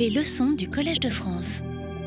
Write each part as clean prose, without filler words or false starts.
Les leçons du Collège de France.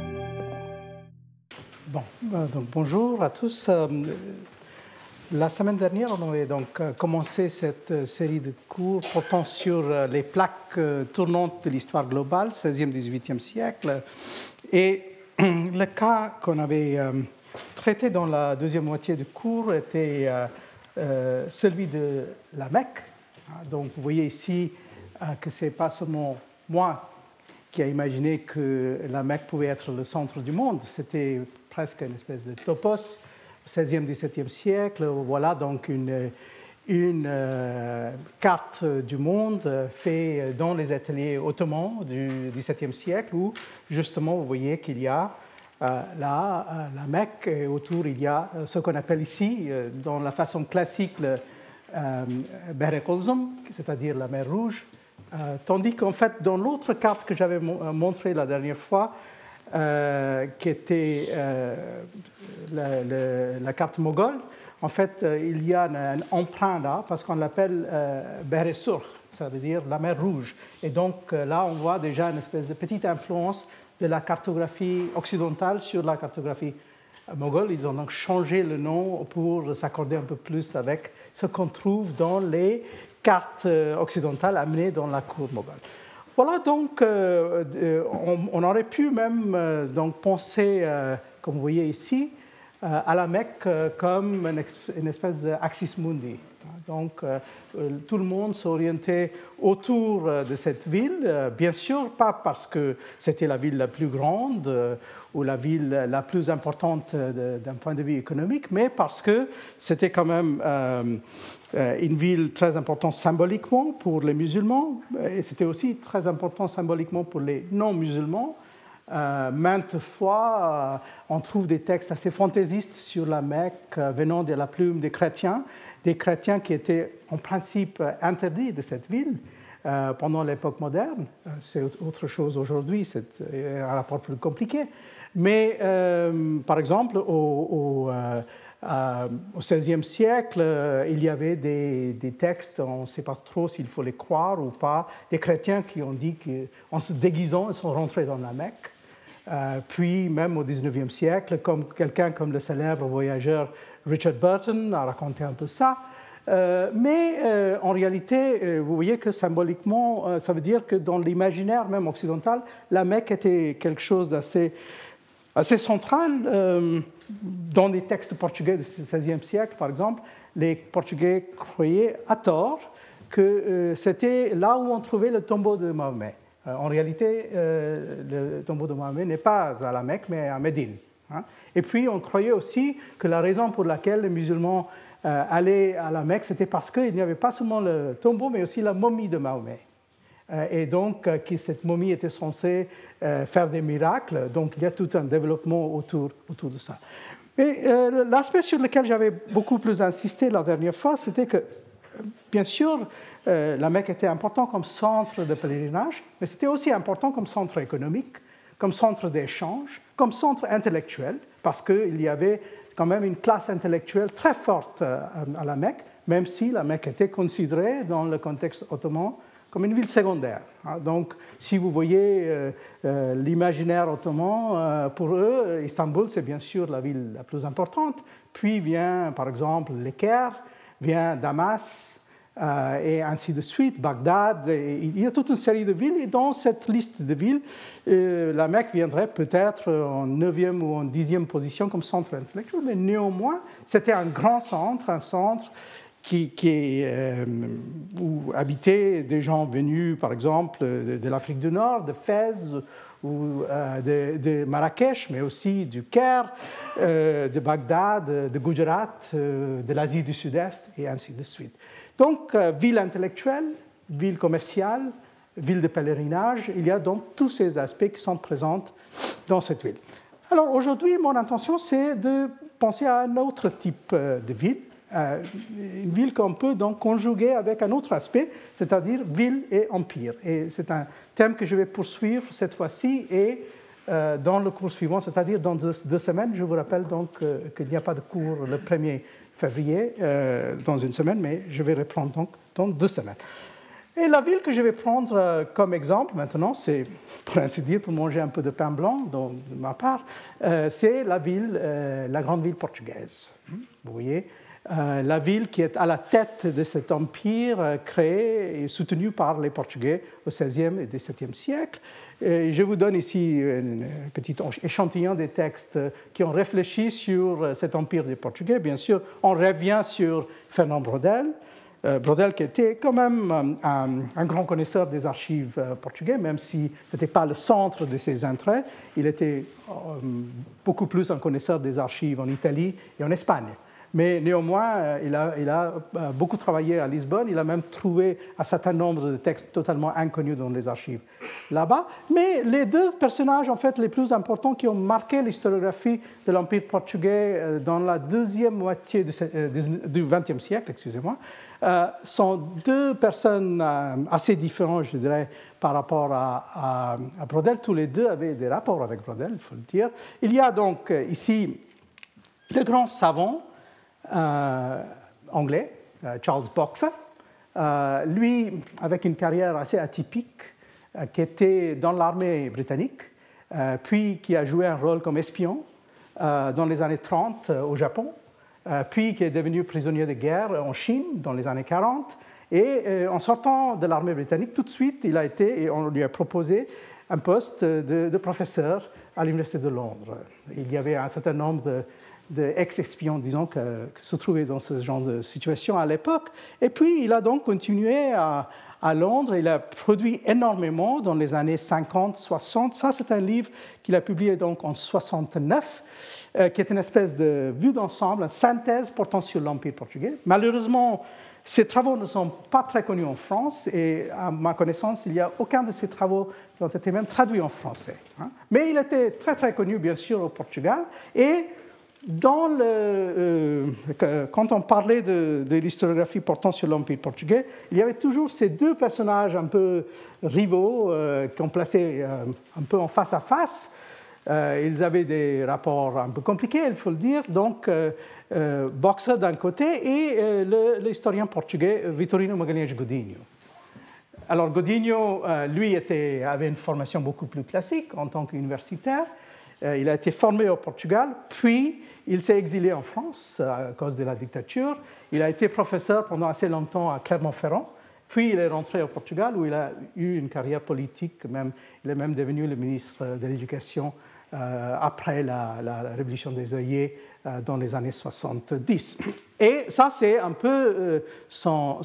Donc bonjour à tous. La semaine dernière, on avait donc commencé cette série de cours portant sur les plaques tournantes de l'histoire globale, 16e, 18e siècle. Et le cas qu'on avait traité dans la deuxième moitié du cours était celui de la Mecque. Donc vous voyez ici que ce n'est pas seulement moi qui a imaginé que la Mecque pouvait être le centre du monde. C'était presque une espèce de topos, 16e, 17e siècle. Voilà donc une carte du monde faite dans les ateliers ottomans du XVIIe siècle, où justement vous voyez qu'il y a la Mecque, et autour il y a ce qu'on appelle ici, dans la façon classique, le Bahr el-Kulzum, c'est-à-dire la mer Rouge. Tandis qu'en fait, dans l'autre carte que j'avais montrée la dernière fois, qui était la carte moghole, en fait, il y a un emprunt là, parce qu'on l'appelle Bahr el-Surkh, ça veut dire la mer Rouge. Et donc là, on voit déjà une espèce de petite influence de la cartographie occidentale sur la cartographie moghole. Ils ont donc changé le nom pour s'accorder un peu plus avec ce qu'on trouve dans les cartes occidentales amenées dans la cour moghole. Voilà, donc on aurait pu même donc penser, comme vous voyez ici, à la Mecque comme une espèce d'axis mundi. Donc tout le monde s'orientait autour de cette ville, bien sûr pas parce que c'était la ville la plus grande ou la ville la plus importante d'un point de vue économique, mais parce que c'était quand même une ville très importante symboliquement pour les musulmans, et c'était aussi très important symboliquement pour les non-musulmans. Maintes fois, on trouve des textes assez fantaisistes sur la Mecque venant de la plume des chrétiens qui étaient en principe interdits de cette ville pendant l'époque moderne. C'est autre chose aujourd'hui, c'est un rapport plus compliqué. Mais par exemple, au XVIe siècle, il y avait des textes, on ne sait pas trop s'il faut les croire ou pas, des chrétiens qui ont dit qu'en se déguisant, ils sont rentrés dans la Mecque. Puis même au XIXe siècle, quelqu'un comme le célèbre voyageur Richard Burton a raconté un peu ça. Mais en réalité, vous voyez que symboliquement, ça veut dire que dans l'imaginaire même occidental, la Mecque était quelque chose d'assez central. Dans les textes portugais du XVIe siècle, par exemple, les Portugais croyaient à tort que c'était là où on trouvait le tombeau de Mahomet. En réalité, le tombeau de Mahomet n'est pas à la Mecque, mais à Médine. Et puis, on croyait aussi que la raison pour laquelle les musulmans allaient à la Mecque, c'était parce qu'il n'y avait pas seulement le tombeau, mais aussi la momie de Mahomet. Et donc, que cette momie était censée faire des miracles. Donc, il y a tout un développement autour de ça. Mais l'aspect sur lequel j'avais beaucoup plus insisté la dernière fois, c'était que, bien sûr, la Mecque était important comme centre de pèlerinage, mais c'était aussi important comme centre économique, comme centre d'échange, comme centre intellectuel, parce qu'il y avait quand même une classe intellectuelle très forte à la Mecque, même si la Mecque était considérée dans le contexte ottoman comme une ville secondaire. Donc, si vous voyez l'imaginaire ottoman, pour eux, Istanbul, c'est bien sûr la ville la plus importante. Puis vient, par exemple, le Caire, vient Damas, et ainsi de suite, Bagdad. Il y a toute une série de villes, et dans cette liste de villes, la Mecque viendrait peut-être en 9e ou en 10e position comme centre intellectuel, mais néanmoins, c'était un grand centre, un centre où habitaient des gens venus, par exemple, de l'Afrique du Nord, de Fès, ou de Marrakech, mais aussi du Caire, de Bagdad, de Gujarat, de l'Asie du Sud-Est, et ainsi de suite. Donc, ville intellectuelle, ville commerciale, ville de pèlerinage, il y a donc tous ces aspects qui sont présents dans cette ville. Alors, aujourd'hui, mon intention, c'est de penser à un autre type de ville, une ville qu'on peut donc conjuguer avec un autre aspect, c'est-à-dire ville et empire. Et c'est un thème que je vais poursuivre cette fois-ci et dans le cours suivant, c'est-à-dire dans 2 semaines. Je vous rappelle donc qu'il n'y a pas de cours le 1er février dans une semaine, mais je vais reprendre donc dans 2 semaines. Et la ville que je vais prendre comme exemple maintenant, c'est, pour ainsi dire, pour manger un peu de pain blanc de ma part, c'est la ville, la grande ville portugaise. Vous voyez, la ville qui est à la tête de cet empire créé et soutenu par les Portugais au XVIe et XVIIe siècle. Et je vous donne ici un petit échantillon des textes qui ont réfléchi sur cet empire des Portugais. Bien sûr, on revient sur Fernand Braudel. Braudel qui était quand même un grand connaisseur des archives portugais, même si ce n'était pas le centre de ses intérêts, il était beaucoup plus un connaisseur des archives en Italie et en Espagne. Mais néanmoins, il a beaucoup travaillé à Lisbonne, il a même trouvé un certain nombre de textes totalement inconnus dans les archives là-bas. Mais les deux personnages, en fait, les plus importants qui ont marqué l'historiographie de l'Empire portugais dans la deuxième moitié du XXe siècle, excusez-moi, sont deux personnes assez différentes, je dirais, par rapport à Braudel. Tous les deux avaient des rapports avec Braudel, il faut le dire. Il y a donc ici le grand savant anglais, Charles Boxer, lui avec une carrière assez atypique, qui était dans l'armée britannique, puis qui a joué un rôle comme espion dans les années 30 au Japon, puis qui est devenu prisonnier de guerre en Chine dans les années 40. Et en sortant de l'armée britannique, tout de suite, il a été, et on lui a proposé un poste de professeur à l'Université de Londres. Il y avait un certain nombre d'ex-espions, disons, qui se trouvaient dans ce genre de situation à l'époque. Et puis, il a donc continué à Londres. Il a produit énormément dans les années 50, 60. Ça, c'est un livre qu'il a publié donc en 69, qui est une espèce de vue d'ensemble, une synthèse portant sur l'Empire portugais. Malheureusement, ces travaux ne sont pas très connus en France et, à ma connaissance, il n'y a aucun de ces travaux qui ont été même traduits en français. Mais il était très, très connu, bien sûr, au Portugal. Et quand on parlait de l'historiographie portant sur l'Empire portugais, il y avait toujours ces deux personnages un peu rivaux qu'on plaçait un peu en face à face. Ils avaient des rapports un peu compliqués, il faut le dire. Donc, Boxer d'un côté et l'historien portugais Vitorino Magalhães Godinho. Alors, Godinho, lui, avait une formation beaucoup plus classique en tant qu'universitaire. Il a été formé au Portugal, puis il s'est exilé en France à cause de la dictature. Il a été professeur pendant assez longtemps à Clermont-Ferrand, puis il est rentré au Portugal où il a eu une carrière politique. Il est même devenu le ministre de l'Éducation après la Révolution des œillets dans les années 70. Et ça, c'est un peu son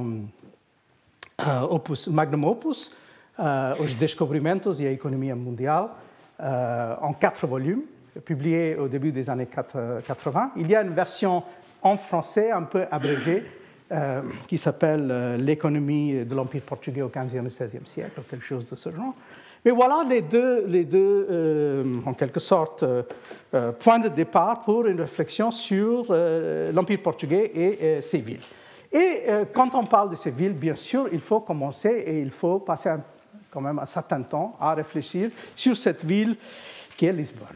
magnum opus, Os Descobrimentos e a Economia Mundial, en 4 volumes, publié au début des années 80. Il y a une version en français un peu abrégée qui s'appelle L'économie de l'Empire portugais au XVe et XVIe siècle, quelque chose de ce genre. Mais voilà les deux en quelque sorte, points de départ pour une réflexion sur l'Empire portugais et ses villes. Et quand on parle de ces villes, bien sûr, il faut commencer et il faut passer quand même un certain temps à réfléchir sur cette ville qui est Lisbonne.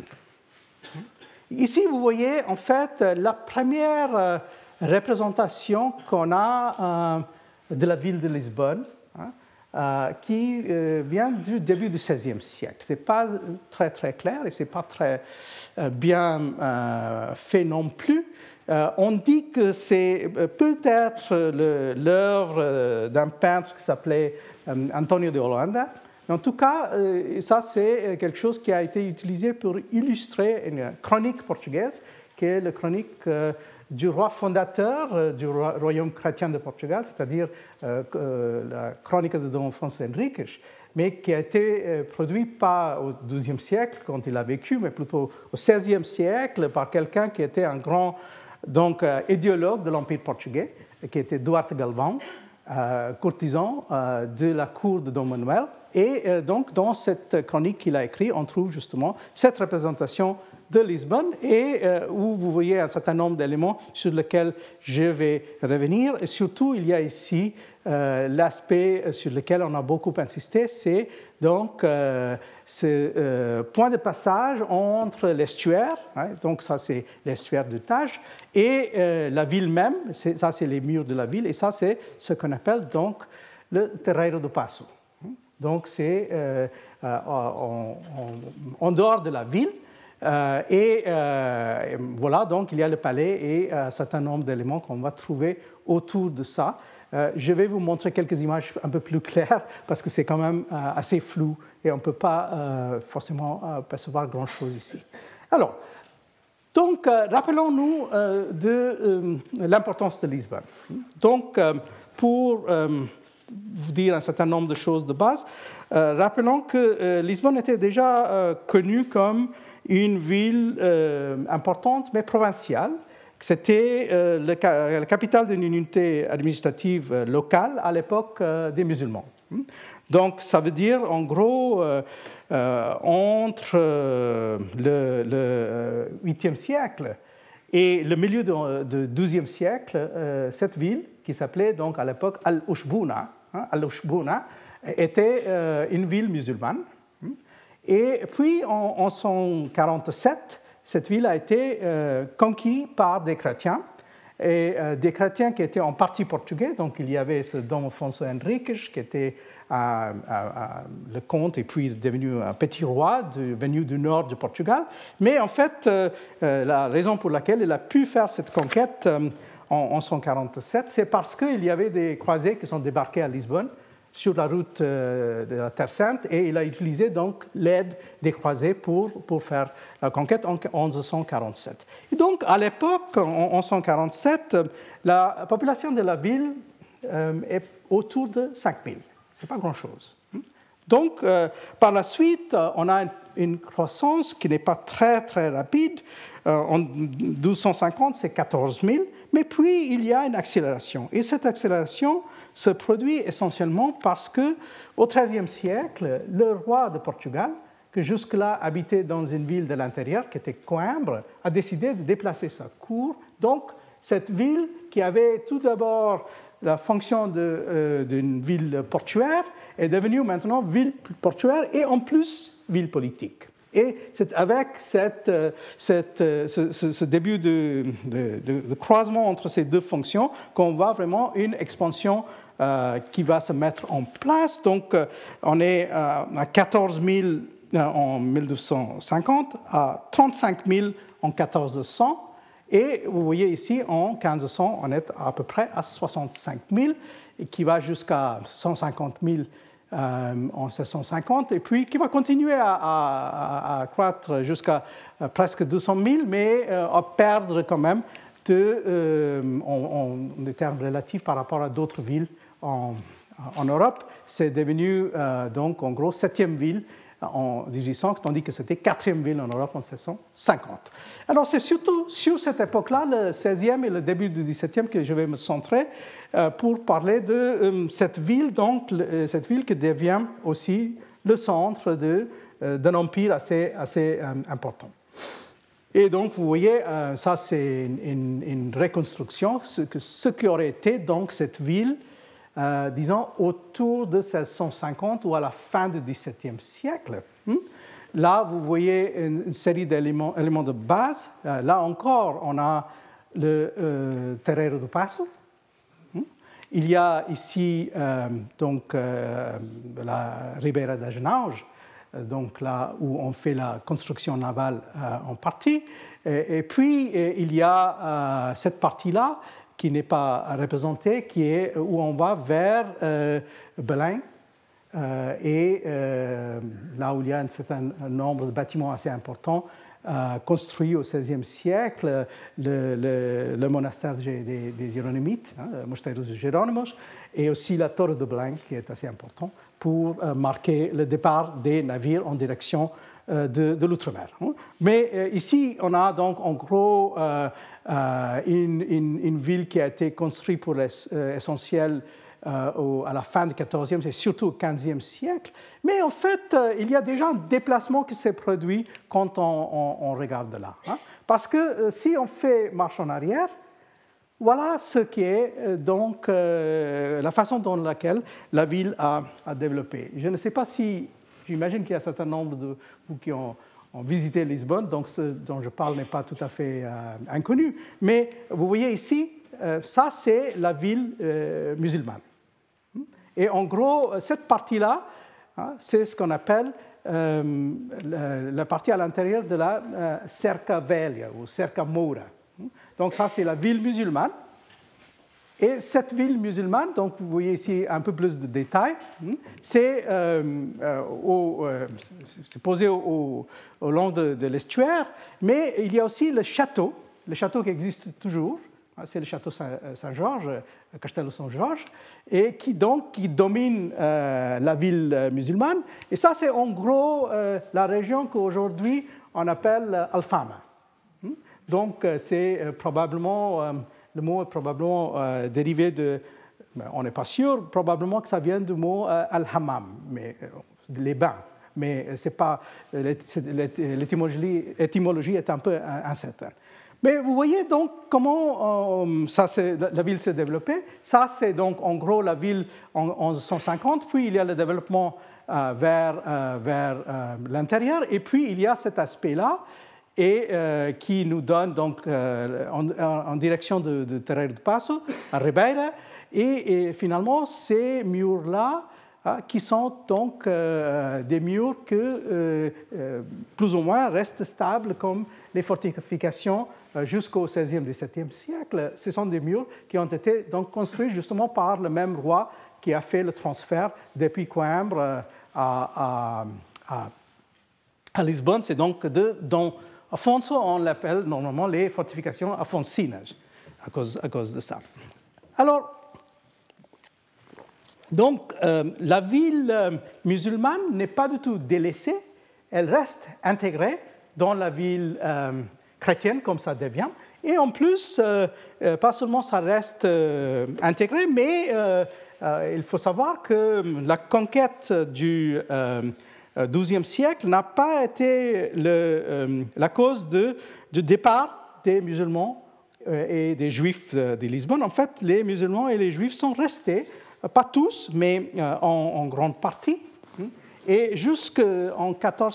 Ici, vous voyez en fait la première représentation qu'on a de la ville de Lisbonne, qui vient du début du XVIe siècle. Ce n'est pas très, très clair et ce n'est pas très bien fait non plus. On dit que c'est peut-être l'œuvre d'un peintre qui s'appelait Antonio de Holanda. En tout cas, ça, c'est quelque chose qui a été utilisé pour illustrer une chronique portugaise, qui est la chronique du roi fondateur du royaume chrétien de Portugal, c'est-à-dire la chronique de Dom Afonso Henriques, mais qui a été produite pas au XIIe siècle, quand il a vécu, mais plutôt au XVIe siècle, par quelqu'un qui était un grand idéologue de l'Empire portugais, qui était Duarte Galvão, courtisan de la cour de Dom Manuel. Et donc, dans cette chronique qu'il a écrite, on trouve justement cette représentation de Lisbonne et où vous voyez un certain nombre d'éléments sur lesquels je vais revenir. Et surtout, il y a ici l'aspect sur lequel on a beaucoup insisté, c'est donc ce point de passage entre l'estuaire, donc ça c'est l'estuaire du Tage, et la ville même, ça c'est les murs de la ville, et ça c'est ce qu'on appelle donc le Terreiro do Paço. Donc c'est en dehors de la ville. Voilà, donc il y a le palais et un certain nombre d'éléments qu'on va trouver autour de ça. Je vais vous montrer quelques images un peu plus claires parce que c'est quand même assez flou et on ne peut pas forcément percevoir grand-chose ici. Alors, donc, rappelons-nous de l'importance de Lisbonne. Donc, pour vous dire un certain nombre de choses de base, rappelons que Lisbonne était déjà connue comme une ville importante mais provinciale. C'était la capitale d'une unité administrative locale à l'époque des musulmans. Donc, ça veut dire, en gros, entre le 8e siècle et le milieu du 12e siècle, cette ville, qui s'appelait donc à l'époque Al-Ushbuna, était une ville musulmane. Et puis, en 147, cette ville a été conquise par des chrétiens, et des chrétiens qui étaient en partie portugais. Donc, il y avait ce Dom Afonso Henriques, qui était le comte et puis devenu un petit roi venu du nord du Portugal. Mais en fait, la raison pour laquelle il a pu faire cette conquête en 147, c'est parce qu'il y avait des croisés qui sont débarqués à Lisbonne sur la route de la Terre Sainte, et il a utilisé donc l'aide des croisés pour faire la conquête en 1147. Et donc, à l'époque, en 1147, la population de la ville est autour de 5000. Ce n'est pas grand-chose. Donc, par la suite, on a une croissance qui n'est pas très, très rapide. En 1250, c'est 14 000. Mais puis, il y a une accélération. Et cette accélération se produit essentiellement parce qu'au XIIIe siècle, le roi de Portugal, que jusque-là habitait dans une ville de l'intérieur, qui était Coimbra, a décidé de déplacer sa cour. Donc, cette ville qui avait tout d'abord la fonction d'une ville portuaire est devenue maintenant ville portuaire et en plus ville politique. Et c'est avec ce début de croisement entre ces deux fonctions qu'on voit vraiment une expansion qui va se mettre en place. Donc, on est à 14 000 en 1250, à 35 000 en 1400. Et vous voyez ici, en 1500, on est à peu près à 65 000, et qui va jusqu'à 150 000 en 1650, et puis qui va continuer à croître jusqu'à presque 200 000, mais à perdre quand même en des termes relatifs par rapport à d'autres villes en Europe. C'est devenu donc en gros 7e ville en 1800, tandis que c'était 4e ville en Europe en 1750. Alors c'est surtout sur cette époque-là, le 16e et le début du 17e, que je vais me centrer pour parler de cette ville, donc cette ville qui devient aussi le centre d'un empire assez important. Et donc, vous voyez, ça c'est une reconstruction, ce qui aurait été donc cette ville, disons, autour de 1650 ou à la fin du XVIIe siècle. Là, vous voyez une série d'éléments de base. Là encore, on a le Terreiro do Paço. Il y a ici donc la Ribeira das Naus, donc là où on fait la construction navale en partie. Et puis, il y a cette partie-là qui n'est pas représentée, qui est où on va vers Belém, et là où il y a un certain nombre de bâtiments assez importants construits au XVIe siècle, le monastère des Hieronymites, le Mosteiro dos Jerônimos, et aussi la Torre de Belém, qui est assez important pour marquer le départ des navires en direction de l'outre-mer. Mais ici, on a donc en gros une ville qui a été construite pour l'essentiel à la fin du XIVe et surtout au XVe siècle. Mais en fait, il y a déjà un déplacement qui s'est produit quand on regarde là. Parce que si on fait marche en arrière, voilà ce qui est donc la façon dont laquelle la ville a développé. Je ne sais pas si, j'imagine qu'il y a un certain nombre de vous qui ont visité Lisbonne, donc ce dont je parle n'est pas tout à fait inconnu. Mais vous voyez ici, ça c'est la ville musulmane. Et en gros, cette partie-là, c'est ce qu'on appelle la partie à l'intérieur de la Cerca Vella ou Cerca Mora. Donc ça, c'est la ville musulmane. Et cette ville musulmane, donc vous voyez ici un peu plus de détails, c'est posé au long de l'estuaire, mais il y a aussi le château qui existe toujours, c'est le château Saint-Georges, Castello Saint-Georges, et qui domine la ville musulmane. Et ça, c'est en gros la région qu'aujourd'hui on appelle Alfama. Donc c'est probablement... le mot est probablement dérivé de, on n'est pas sûr, probablement que ça vient du mot al-hammam, les bains. Mais c'est pas, l'étymologie est un peu incertaine. Mais vous voyez donc comment la ville s'est développée. Ça, c'est donc en gros la ville en 1150, puis il y a le développement vers l'intérieur, et puis il y a cet aspect-là, et qui nous donne donc en direction de Terreiro de Passo, à Ribeira, et finalement ces murs-là qui sont donc des murs que plus ou moins restent stables comme les fortifications jusqu'au XVIe, XVIIe siècle. Ce sont des murs qui ont été donc construits justement par le même roi qui a fait le transfert depuis Coimbra à Lisbonne. C'est donc dont Afonso, on l'appelle normalement les fortifications afonsinas, à cause de ça. Alors, donc, la ville musulmane n'est pas du tout délaissée, elle reste intégrée dans la ville chrétienne, comme ça devient. Et en plus, pas seulement ça reste intégré, mais il faut savoir que la conquête du XIIe siècle n'a pas été la cause du départ des musulmans et des juifs de Lisbonne. En fait, les musulmans et les juifs sont restés, pas tous, mais en grande partie. Et jusqu'en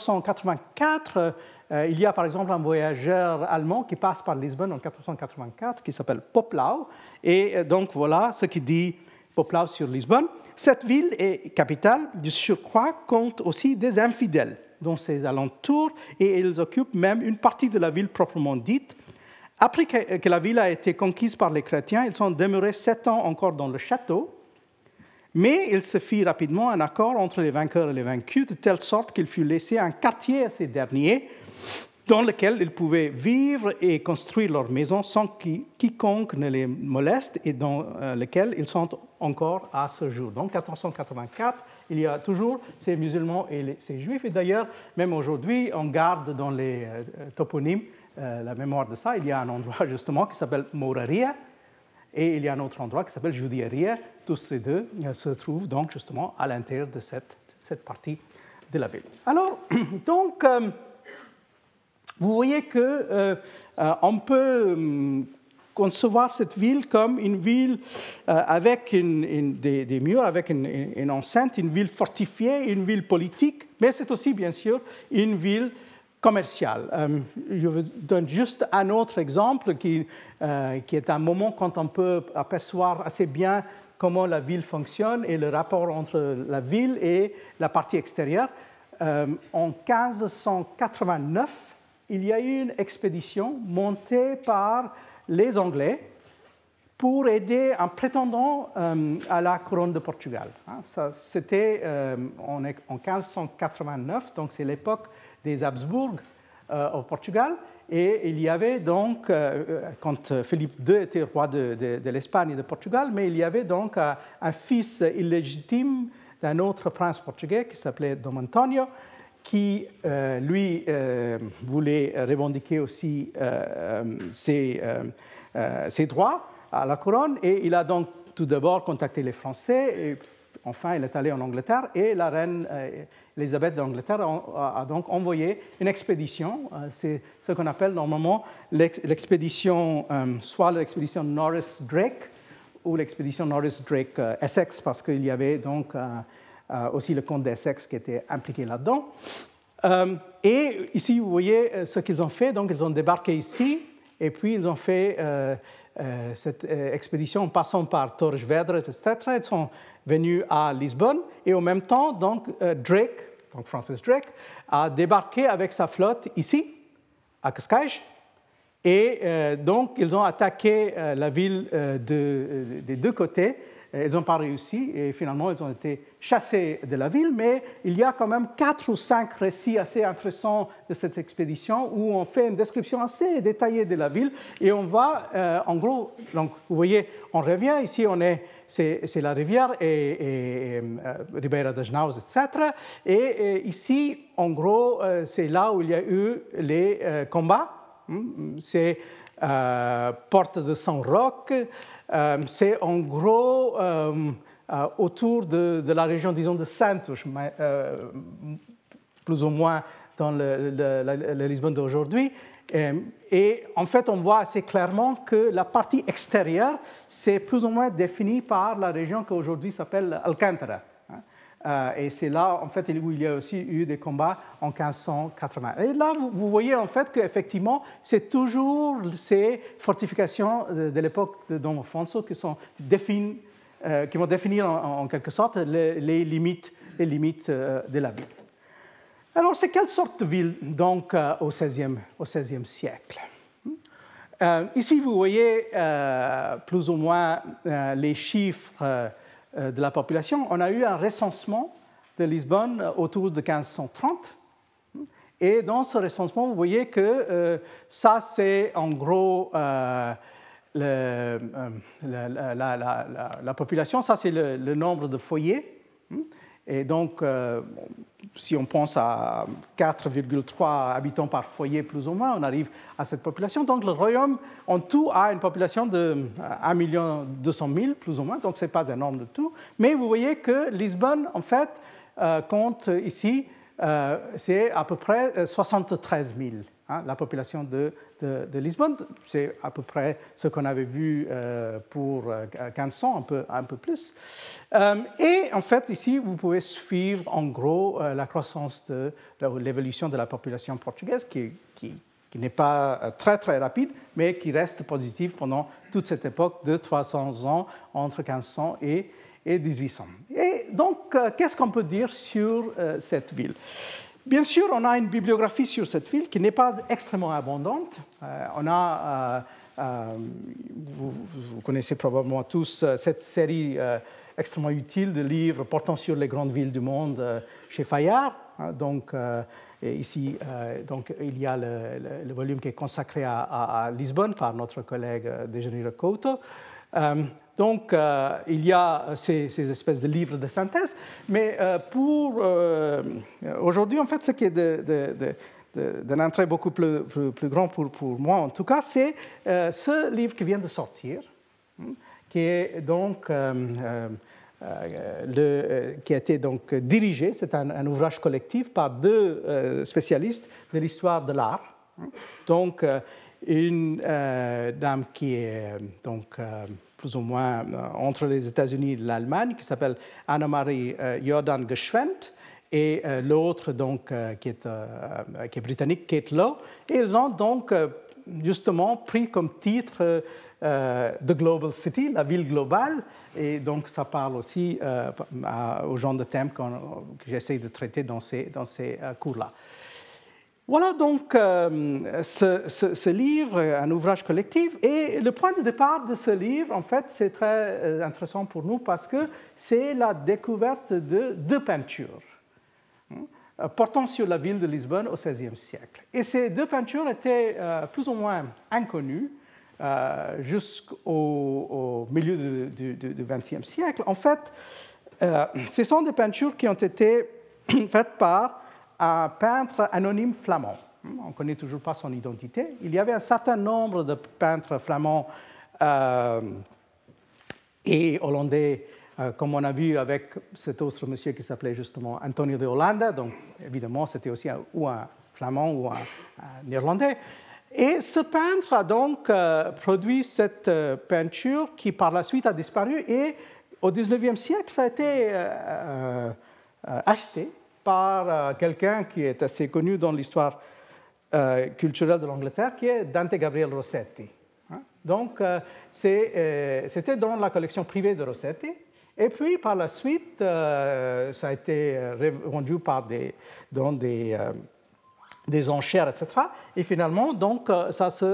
1484, il y a par exemple un voyageur allemand qui passe par Lisbonne en 1484, qui s'appelle Poplau. Et donc voilà ce qu'il dit Poplau sur Lisbonne. Cette ville et capitale du surcroît compte aussi des infidèles dans ses alentours, et ils occupent même une partie de la ville proprement dite. Après que la ville a été conquise par les chrétiens, ils sont demeurés 7 ans encore dans le château, mais il se fit rapidement un accord entre les vainqueurs et les vaincus, de telle sorte qu'il fut laissé un quartier à ces derniers, dans lequel ils pouvaient vivre et construire leurs maisons sans quiconque ne les moleste, et dans lequel ils sont encore à ce jour. Donc, 1484, il y a toujours ces musulmans et ces juifs. Et d'ailleurs, même aujourd'hui, on garde dans les toponymes la mémoire de ça. Il y a un endroit justement qui s'appelle Mouraria, et il y a un autre endroit qui s'appelle Judiaria. Tous ces deux se trouvent donc justement à l'intérieur de cette partie de la ville. Alors, donc... vous voyez qu'on peut concevoir cette ville comme une ville avec des murs, avec une enceinte, une ville fortifiée, une ville politique, mais c'est aussi, bien sûr, une ville commerciale. Je vous donne juste un autre exemple qui est un moment quand on peut apercevoir assez bien comment la ville fonctionne et le rapport entre la ville et la partie extérieure. En 1589, il y a eu une expédition montée par les Anglais pour aider un prétendant à la couronne de Portugal. C'était en 1589, donc c'est l'époque des Habsbourg au Portugal. Et il y avait donc, quand Philippe II était roi de l'Espagne et de Portugal, mais il y avait donc un fils illégitime d'un autre prince portugais qui s'appelait Dom Antonio, qui, lui, voulait revendiquer aussi ses droits à la couronne. Et il a donc tout d'abord contacté les Français, et enfin il est allé en Angleterre, et la reine Élisabeth d'Angleterre a donc envoyé une expédition. C'est ce qu'on appelle normalement l'expédition, soit l'expédition Norris-Drake, ou l'expédition Norris-Drake-Essex, parce qu'il y avait donc... aussi le comte d'Essex qui était impliqué là-dedans. Et ici, vous voyez ce qu'ils ont fait. Donc, ils ont débarqué ici Et puis, ils ont fait cette expédition en passant par Torres Vedras, etc. Ils sont venus à Lisbonne. Et en même temps, donc, Drake, donc Francis Drake, a débarqué avec sa flotte ici, à Cascais. Et donc, ils ont attaqué la ville des deux côtés. Ils n'ont pas réussi et finalement, ils ont été chassés de la ville. Mais il y a quand même 4 ou 5 récits assez intéressants de cette expédition où on fait une description assez détaillée de la ville. Et on va, en gros, donc, vous voyez, on revient. Ici, c'est la rivière et Ribeira das Naus, etc. Et ici, en gros, c'est là où il y a eu les combats. C'est Porte de São Roque. C'est en gros autour de la région, disons, de Santos, plus ou moins dans le Lisbonne d'aujourd'hui. Et en fait, on voit assez clairement que la partie extérieure, c'est plus ou moins définie par la région qui aujourd'hui s'appelle Alcântara. Et c'est là, en fait, où il y a aussi eu des combats en 1580. Et là, vous voyez, en fait, qu'effectivement, c'est toujours ces fortifications de l'époque de Dom Afonso qui vont définir en quelque sorte les limites de la ville. Alors, c'est quelle sorte de ville, donc, au XVIe siècle? Ici, vous voyez plus ou moins les chiffres de la population. On a eu un recensement de Lisbonne autour de 1530. Et dans ce recensement, vous voyez que ça, c'est en gros la population. Ça, c'est le nombre de foyers. Et donc, si on pense à 4,3 habitants par foyer, plus ou moins, on arrive à cette population. Donc, le royaume, en tout, a une population de 1 200 000, plus ou moins. Donc, ce n'est pas énorme de tout. Mais vous voyez que Lisbonne, en fait, compte ici, c'est à peu près 73 000. La population de Lisbonne, c'est à peu près ce qu'on avait vu pour 1500, un peu plus. Et en fait, ici, vous pouvez suivre en gros la croissance de l'évolution de la population portugaise qui n'est pas très, très rapide, mais qui reste positive pendant toute cette époque de 300 ans, entre 1500 et 1800. Et donc, qu'est-ce qu'on peut dire sur cette ville ? Bien sûr, on a une bibliographie sur cette ville qui n'est pas extrêmement abondante. Vous connaissez probablement tous cette série extrêmement utile de livres portant sur les grandes villes du monde chez Fayard. Donc, ici, donc, il y a le volume qui est consacré à Lisbonne par notre collègue Dejanira Couto. Donc, il y a ces espèces de livres de synthèse, mais pour aujourd'hui, en fait, ce qui est d'un intérêt beaucoup plus grand pour moi, en tout cas, c'est ce livre qui vient de sortir, qui est donc qui a été donc dirigé, c'est un ouvrage collectif par 2 spécialistes de l'histoire de l'art. Donc, une dame qui est donc plus ou moins entre les États-Unis et l'Allemagne, qui s'appelle Annemarie Jordan Geschwendt, et l'autre donc qui est britannique, Kate Lowe. Et ils ont donc justement pris comme titre The Global City, la ville globale, et donc ça parle aussi au genre de thème que j'essaie de traiter dans ces cours-là. Voilà donc ce livre, un ouvrage collectif. Et le point de départ de ce livre, en fait, c'est très intéressant pour nous parce que c'est la découverte de 2 peintures portant sur la ville de Lisbonne au XVIe siècle. Et ces 2 peintures étaient plus ou moins inconnues jusqu'au milieu du XXe siècle. En fait, ce sont des peintures qui ont été faites par un peintre anonyme flamand. On ne connaît toujours pas son identité. Il y avait un certain nombre de peintres flamands et hollandais, comme on a vu avec cet autre monsieur qui s'appelait justement Antonio de Holanda. Donc, évidemment, c'était aussi ou un flamand ou un néerlandais. Et ce peintre a donc produit cette peinture qui, par la suite, a disparu. Et au XIXe siècle, ça a été acheté par quelqu'un qui est assez connu dans l'histoire culturel de l'Angleterre, qui est Dante Gabriel Rossetti. Donc, c'était dans la collection privée de Rossetti. Et puis, par la suite, ça a été vendu par des enchères, etc. Et finalement, donc, on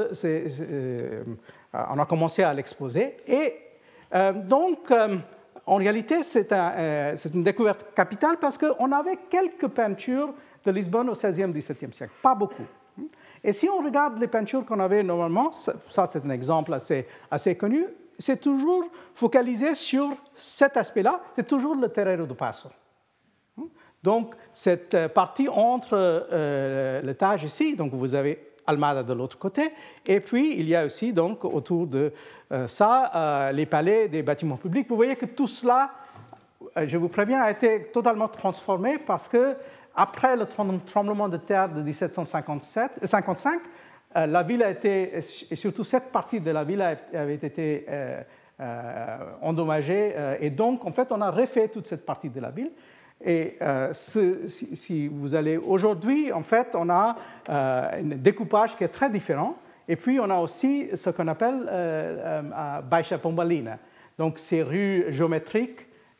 a commencé à l'exposer. Et donc, en réalité, c'est une découverte capitale parce qu'on avait quelques peintures de Lisbonne au XVIe, XVIIe siècle, pas beaucoup. Et si on regarde les peintures qu'on avait normalement, ça c'est un exemple assez connu, c'est toujours focalisé sur cet aspect-là, c'est toujours le Terreiro do Passo. Donc, cette partie entre l'étage ici, donc vous avez Almada de l'autre côté, et puis il y a aussi donc autour de ça les palais des bâtiments publics. Vous voyez que tout cela, je vous préviens, a été totalement transformé parce que après le tremblement de terre de 1755, la ville a été, et surtout cette partie de la ville avait été endommagée, et donc en fait on a refait toute cette partie de la ville. Et si vous allez aujourd'hui, en fait, on a un découpage qui est très différent. Et puis, on a aussi ce qu'on appelle Baixa Pombalina. Donc, ces rues géométriques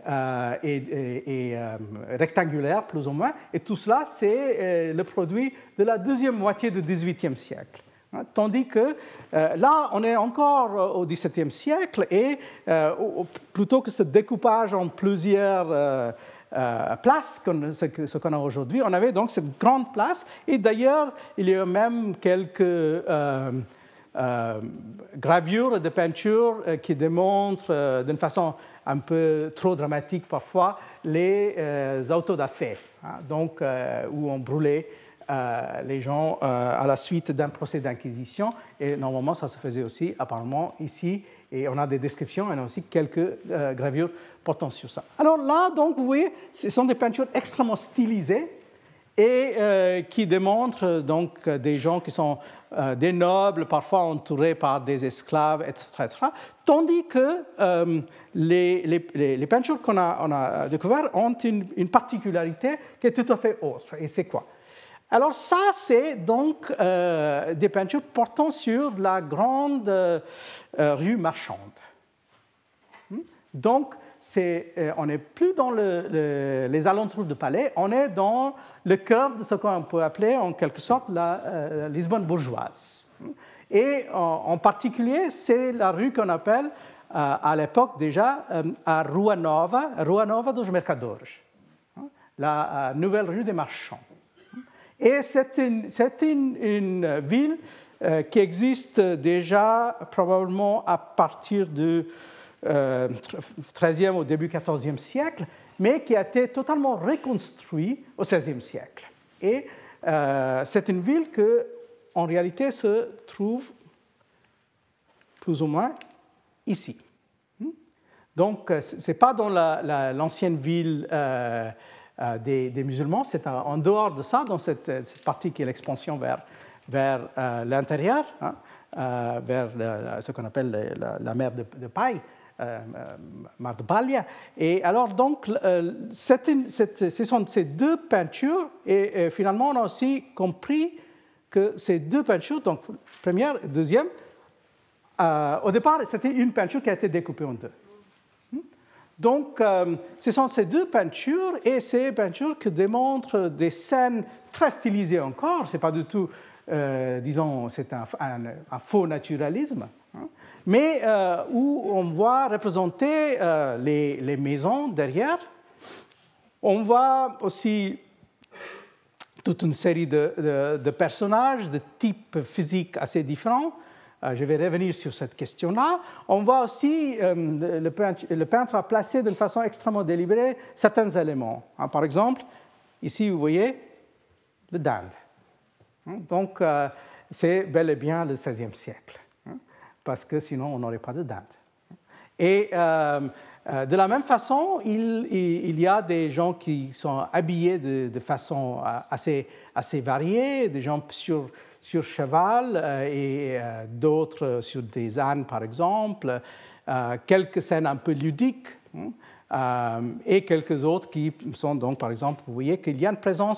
et rectangulaires, plus ou moins. Et tout cela, c'est le produit de la deuxième moitié du XVIIIe siècle. Tandis que là, on est encore au XVIIe siècle et plutôt que ce découpage en plusieurs place, ce qu'on a aujourd'hui. On avait donc cette grande place, et d'ailleurs, il y a même quelques gravures de peinture qui démontrent d'une façon un peu trop dramatique parfois les autos da fé, donc où on brûlait les gens à la suite d'un procès d'inquisition, et normalement ça se faisait aussi apparemment ici. Et on a des descriptions, on a aussi quelques gravures portant sur ça. Alors là, donc, vous voyez, ce sont des peintures extrêmement stylisées et qui démontrent donc des gens qui sont des nobles, parfois entourés par des esclaves, etc. etc. Tandis que les peintures qu'on a découvertes ont une particularité qui est tout à fait autre. Et c'est quoi? Alors ça, c'est donc des peintures portant sur la grande rue marchande. Donc, on n'est plus dans les alentours du palais, on est dans le cœur de ce qu'on peut appeler en quelque sorte la Lisbonne bourgeoise. Et en particulier, c'est la rue qu'on appelle à l'époque déjà à Rua Nova dos Mercadores, la nouvelle rue des marchands. Et c'est une ville qui existe déjà probablement à partir du XIIIe au début XIVe siècle, mais qui a été totalement reconstruite au XVIe siècle. Et c'est une ville qui, en réalité, se trouve plus ou moins ici. Donc, ce n'est pas dans l'ancienne ville des musulmans, c'est en dehors de ça, dans cette partie qui est l'expansion vers l'intérieur, vers ce qu'on appelle la mer de paille, Mar de Balha. Et alors, donc, ce sont ces deux peintures, et finalement, on a aussi compris que ces deux peintures, donc première et deuxième, au départ, c'était une peinture qui a été découpée en deux. Donc, ce sont ces deux peintures, et ces peintures qui démontrent des scènes très stylisées encore. Ce n'est pas du tout, disons, c'est un faux naturalisme, mais où on voit représenter les maisons derrière. On voit aussi toute une série de personnages de types physiques assez différents. Je vais revenir sur cette question-là. On voit aussi le peintre a placé d'une façon extrêmement délibérée certains éléments. Par exemple, ici, vous voyez le dinde. Donc, c'est bel et bien le XVIe siècle, parce que sinon, on n'aurait pas de dinde. Et de la même façon, il y a des gens qui sont habillés de façon assez variée, des gens sur cheval et d'autres sur des ânes, par exemple, quelques scènes un peu ludiques et quelques autres qui sont donc, par exemple, vous voyez qu'il y a une présence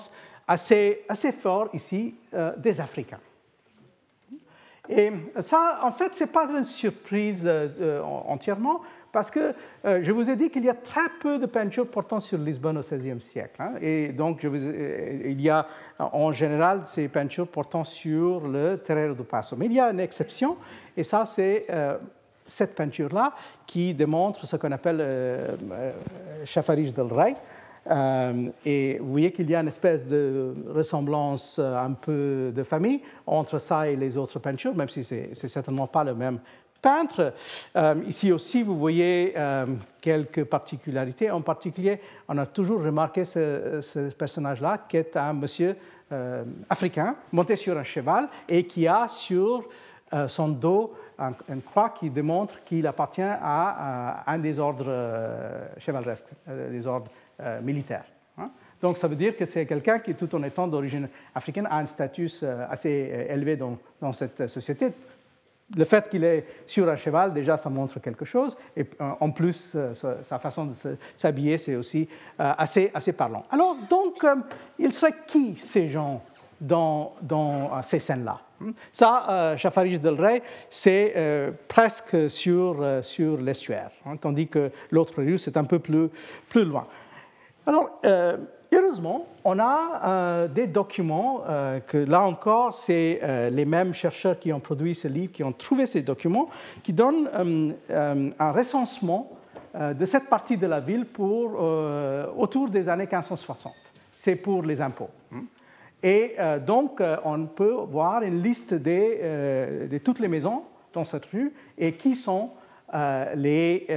assez fort ici des Africains. Et ça, en fait, ce n'est pas une surprise entièrement, parce que je vous ai dit qu'il y a très peu de peintures portant sur Lisbonne au XVIe siècle. Et donc, il y a en général ces peintures portant sur le Terreiro do Passo. Mais il y a une exception, et ça, c'est cette peinture-là qui démontre ce qu'on appelle Chafariz del Rei. Et vous voyez qu'il y a une espèce de ressemblance un peu de famille entre ça et les autres peintures, même si ce n'est certainement pas le même peintre. Ici aussi, vous voyez quelques particularités. En particulier, on a toujours remarqué ce personnage-là, qui est un monsieur africain, monté sur un cheval, et qui a sur son dos une croix qui démontre qu'il appartient à un des ordres chevaleresques, des ordres militaires. Donc ça veut dire que c'est quelqu'un qui, tout en étant d'origine africaine, a un statut assez élevé dans cette société. Le fait qu'il est sur un cheval, déjà, ça montre quelque chose. Et en plus, sa façon de s'habiller, c'est aussi assez parlant. Alors, donc, il serait qui ces gens dans ces scènes-là? Ça, Chafariz del Rei, c'est presque sur l'estuaire, tandis que l'autre rue, c'est un peu plus loin. Alors, heureusement, on a des documents que, là encore, c'est les mêmes chercheurs qui ont produit ce livre, qui ont trouvé ces documents, qui donnent un recensement de cette partie de la ville autour des années 1560. C'est pour les impôts. Et donc, on peut voir une liste de toutes les maisons dans cette rue et qui sont les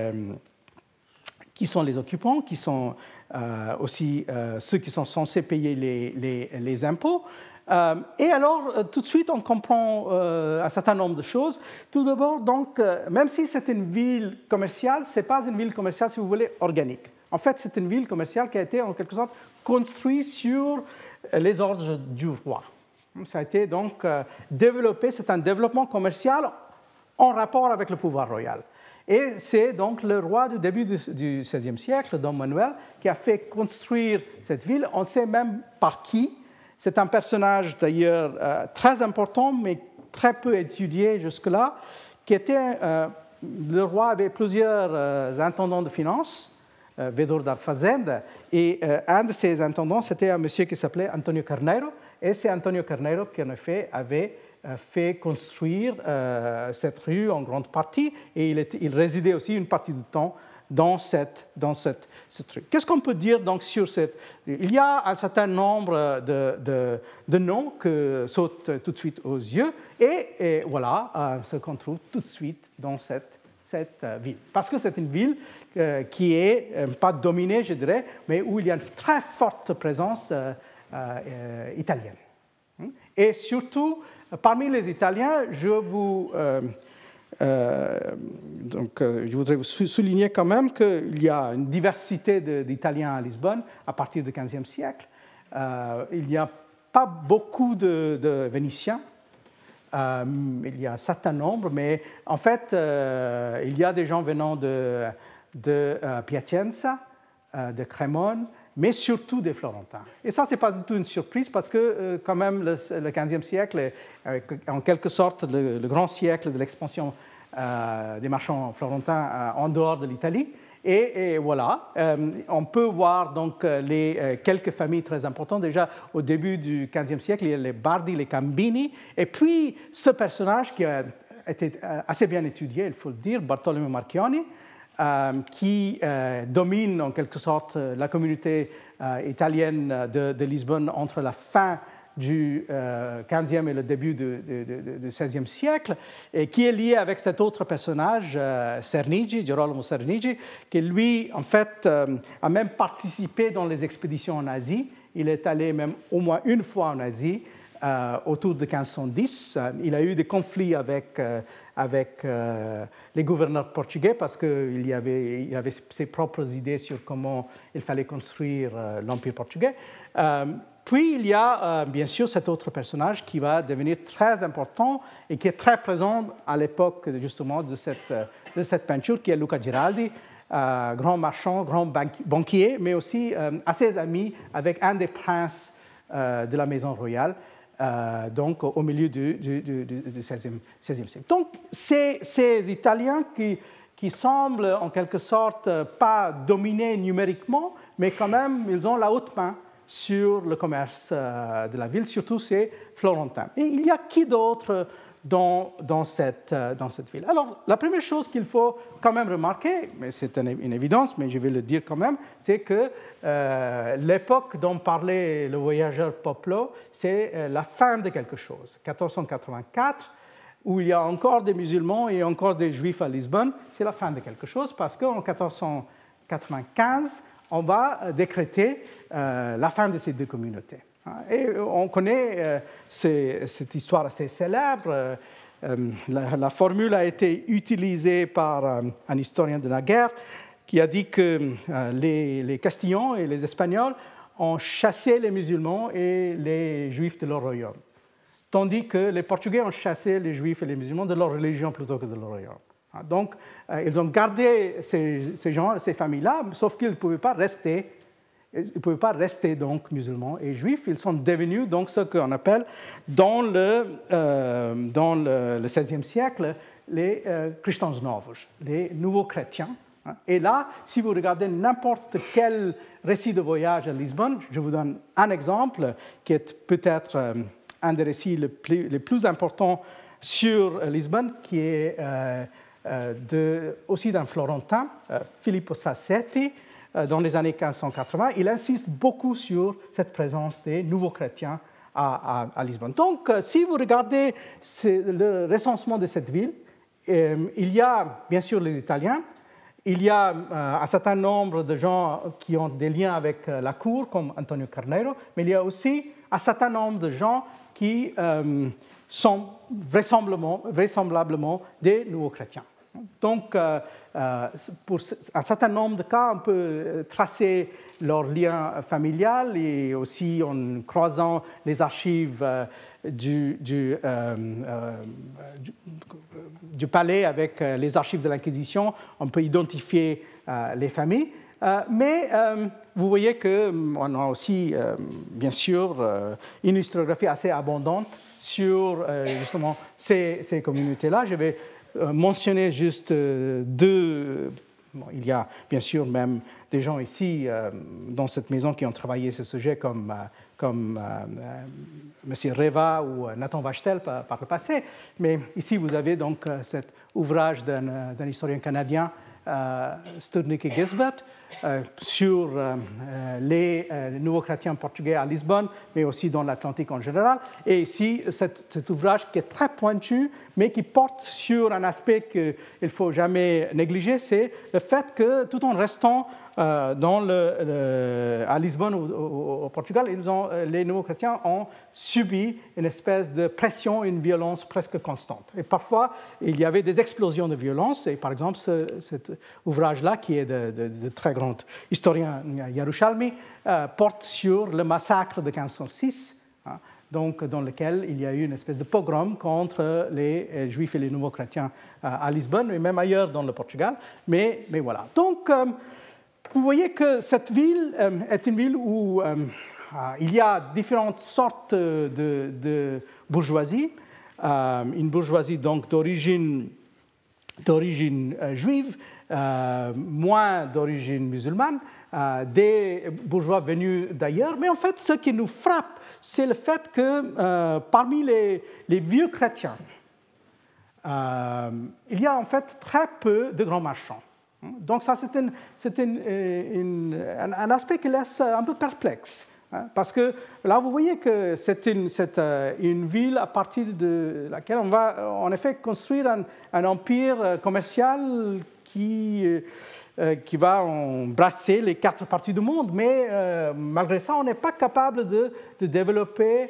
occupants, qui sont aussi ceux qui sont censés payer les impôts. Et alors, tout de suite, on comprend un certain nombre de choses. Tout d'abord, donc, même si c'est une ville commerciale, ce n'est pas une ville commerciale, si vous voulez, organique. En fait, c'est une ville commerciale qui a été, en quelque sorte, construite sur les ordres du roi. Ça a été donc développé, c'est un développement commercial en rapport avec le pouvoir royal. Et c'est donc le roi du début du XVIe siècle, Dom Manuel, qui a fait construire cette ville. On sait même par qui. C'est un personnage d'ailleurs très important, mais très peu étudié jusque-là, qui était... le roi avait plusieurs intendants de finances, Vedor da Fazenda, et un de ces intendants, c'était un monsieur qui s'appelait Antonio Carneiro, et c'est Antonio Carneiro qui en effet avait fait construire cette rue en grande partie, et il résidait aussi une partie du temps dans cette rue. Qu'est-ce qu'on peut dire donc sur cette... Il y a un certain nombre de noms qui sautent tout de suite aux yeux, et voilà ce qu'on trouve tout de suite dans cette ville. Parce que c'est une ville qui est pas dominée, je dirais, mais où il y a une très forte présence italienne. Et surtout, parmi les Italiens, je voudrais vous souligner quand même qu'il y a une diversité d'Italiens à Lisbonne à partir du XVe siècle. Il n'y a pas beaucoup de Vénitiens. Il y a un certain nombre, mais en fait, il y a des gens venant de Piacenza, de Crémone, mais surtout des Florentins. Et ça, ce n'est pas du tout une surprise, parce que quand même, le XVe siècle est en quelque sorte le grand siècle de l'expansion des marchands florentins en dehors de l'Italie. Et voilà, on peut voir donc quelques familles très importantes. Déjà, au début du XVe siècle, il y a les Bardi, les Cambini, et puis ce personnage qui a été assez bien étudié, il faut le dire, Bartolomeo Marchionni, qui domine en quelque sorte la communauté italienne de Lisbonne entre la fin du XVe et le début du XVIe siècle, et qui est lié avec cet autre personnage, Cernigi, Girolamo Cernigi, qui lui, en fait, a même participé dans les expéditions en Asie. Il est allé même au moins une fois en Asie, autour de 1510. Il a eu des conflits avec les gouverneurs portugais parce qu'il avait ses propres idées sur comment il fallait construire l'Empire portugais. Puis il y a bien sûr cet autre personnage qui va devenir très important et qui est très présent à l'époque justement de cette peinture, qui est Luca Giraldi, grand marchand, grand banquier, mais aussi assez ami avec un des princes de la maison royale, donc au milieu du XVIe siècle. Donc, ces Italiens qui semblent en quelque sorte pas dominer numériquement, mais quand même, ils ont la haute main sur le commerce de la ville, surtout ces Florentins. Et il y a qui d'autre dans cette ville? Alors, la première chose qu'il faut quand même remarquer, mais c'est une évidence, mais je vais le dire quand même, c'est que l'époque dont parlait le voyageur Poplo, c'est la fin de quelque chose. 1484, où il y a encore des musulmans et encore des juifs à Lisbonne, c'est la fin de quelque chose, parce qu'en 1495, on va décréter la fin de ces deux communautés. Et on connaît cette histoire assez célèbre. La formule a été utilisée par un historien de la guerre qui a dit que les Castillans et les Espagnols ont chassé les musulmans et les juifs de leur royaume, tandis que les Portugais ont chassé les juifs et les musulmans de leur religion plutôt que de leur royaume. Donc, ils ont gardé ces gens, ces familles-là, sauf qu'ils ne pouvaient pas rester. Ils ne pouvaient pas rester donc musulmans et juifs. Ils sont devenus donc ce qu'on appelle dans le XVIe siècle les Cristãos Novos, les nouveaux chrétiens. Et là, si vous regardez n'importe quel récit de voyage à Lisbonne, je vous donne un exemple qui est peut-être un des récits les plus importants sur Lisbonne, qui est aussi d'un Florentin, Filippo Sassetti, dans les années 1580. Il insiste beaucoup sur cette présence des nouveaux chrétiens à Lisbonne. Donc, si vous regardez le recensement de cette ville, il y a bien sûr les Italiens, il y a un certain nombre de gens qui ont des liens avec la cour, comme Antonio Carneiro, mais il y a aussi un certain nombre de gens qui sont vraisemblablement des nouveaux chrétiens. Donc, pour un certain nombre de cas, on peut tracer leur lien familial et aussi en croisant les archives du palais avec les archives de l'Inquisition, on peut identifier les familles. Mais vous voyez qu'on a aussi, bien sûr, une historiographie assez abondante sur justement ces communautés-là. Je vais mentionner juste deux. Bon, il y a bien sûr même des gens ici dans cette maison qui ont travaillé ce sujet comme M. Reva ou Nathan Wachtel par le passé. Mais ici, vous avez donc cet ouvrage d'un historien canadien, Studnick et Gisbert, sur les nouveaux chrétiens portugais à Lisbonne, mais aussi dans l'Atlantique en général. Et ici, cet ouvrage qui est très pointu, mais qui porte sur un aspect qu'il ne faut jamais négliger, c'est le fait que tout en restant à Lisbonne ou au Portugal, les nouveaux chrétiens ont subi une espèce de pression, une violence presque constante. Et parfois, il y avait des explosions de violence. Et par exemple, cet ouvrage-là, qui est de très grand historien Yerushalmi, porte sur le massacre de 1506, donc, dans lequel il y a eu une espèce de pogrom contre les Juifs et les nouveaux chrétiens à Lisbonne, et même ailleurs dans le Portugal. Mais voilà. Donc, vous voyez que cette ville est une ville où il y a différentes sortes de bourgeoisie. Une bourgeoisie donc d'origine juive, moins d'origine musulmane, des bourgeois venus d'ailleurs. Mais en fait, ce qui nous frappe, c'est le fait que parmi les vieux chrétiens, il y a en fait très peu de grands marchands. Donc ça, c'est un aspect qui laisse un peu perplexe. Parce que là, vous voyez que c'est une ville à partir de laquelle on va en effet construire un empire commercial qui va embrasser les 4 parties du monde. Mais malgré ça, on n'est pas capable de développer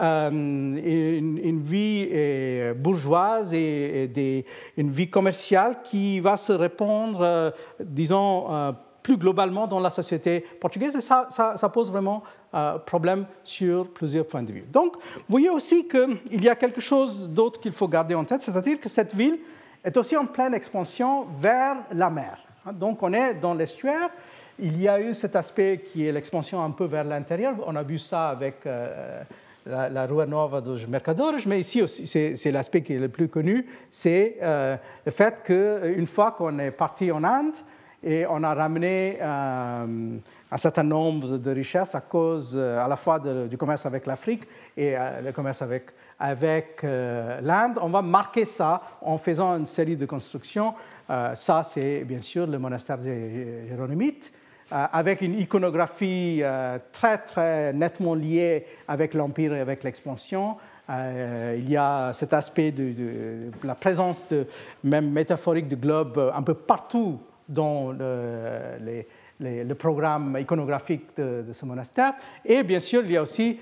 une vie bourgeoise et une vie commerciale qui va se répandre, disons, plus globalement dans la société portugaise. Et ça pose vraiment problème sur plusieurs points de vue. Donc, vous voyez aussi qu'il y a quelque chose d'autre qu'il faut garder en tête, c'est-à-dire que cette ville est aussi en pleine expansion vers la mer. Donc, on est dans l'estuaire il y a eu cet aspect qui est l'expansion un peu vers l'intérieur. On a vu ça avec la Rua Nova dos Mercadores, mais ici aussi, c'est l'aspect qui est le plus connu, c'est le fait qu'une fois qu'on est parti en Inde et on a ramené un certain nombre de richesses à cause à la fois du commerce avec l'Afrique et le commerce avec l'Inde, on va marquer ça en faisant une série de constructions. Ça, c'est bien sûr le monastère des Jéronymites, avec une iconographie très, très nettement liée avec l'Empire et avec l'expansion. Il y a cet aspect de la présence même métaphorique du globe un peu partout dans le programme iconographique de ce monastère. Et bien sûr, il y a aussi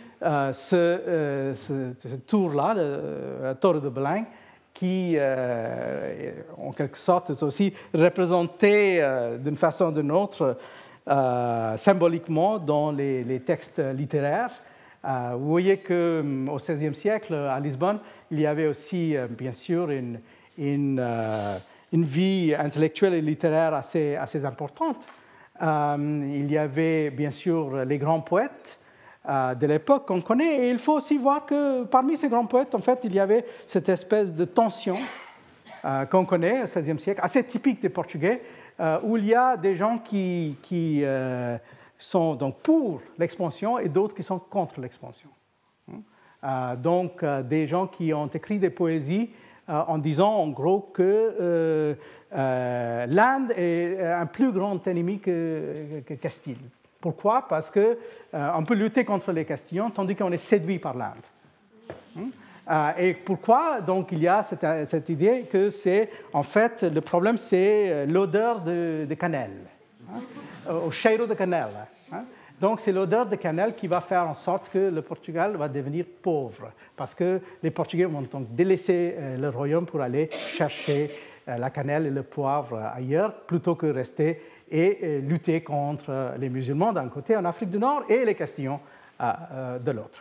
ce tour-là, la Torre de Belém, qui, en quelque sorte, est aussi représenté d'une façon ou d'une autre symboliquement dans les textes littéraires. Vous voyez qu'au XVIe siècle, à Lisbonne, il y avait aussi, bien sûr, une vie intellectuelle et littéraire assez importante. Il y avait, bien sûr, les grands poètes de l'époque qu'on connaît, et il faut aussi voir que parmi ces grands poètes, en fait, il y avait cette espèce de tension qu'on connaît au XVIe siècle, assez typique des Portugais, où il y a des gens qui sont donc pour l'expansion et d'autres qui sont contre l'expansion. Donc, des gens qui ont écrit des poésies en disant en gros que l'Inde est un plus grand ennemi que Castille. Pourquoi? Parce qu'on peut lutter contre les Castillans tandis qu'on est séduit par l'Inde. Et pourquoi? Donc il y a cette idée que c'est, en fait, le problème c'est l'odeur de cannelle, au cheiro de cannelle. Donc c'est l'odeur de cannelle qui va faire en sorte que le Portugal va devenir pauvre, parce que les Portugais vont donc délaisser le royaume pour aller chercher la cannelle et le poivre ailleurs, plutôt que rester et lutter contre les musulmans d'un côté en Afrique du Nord et les Castillans de l'autre.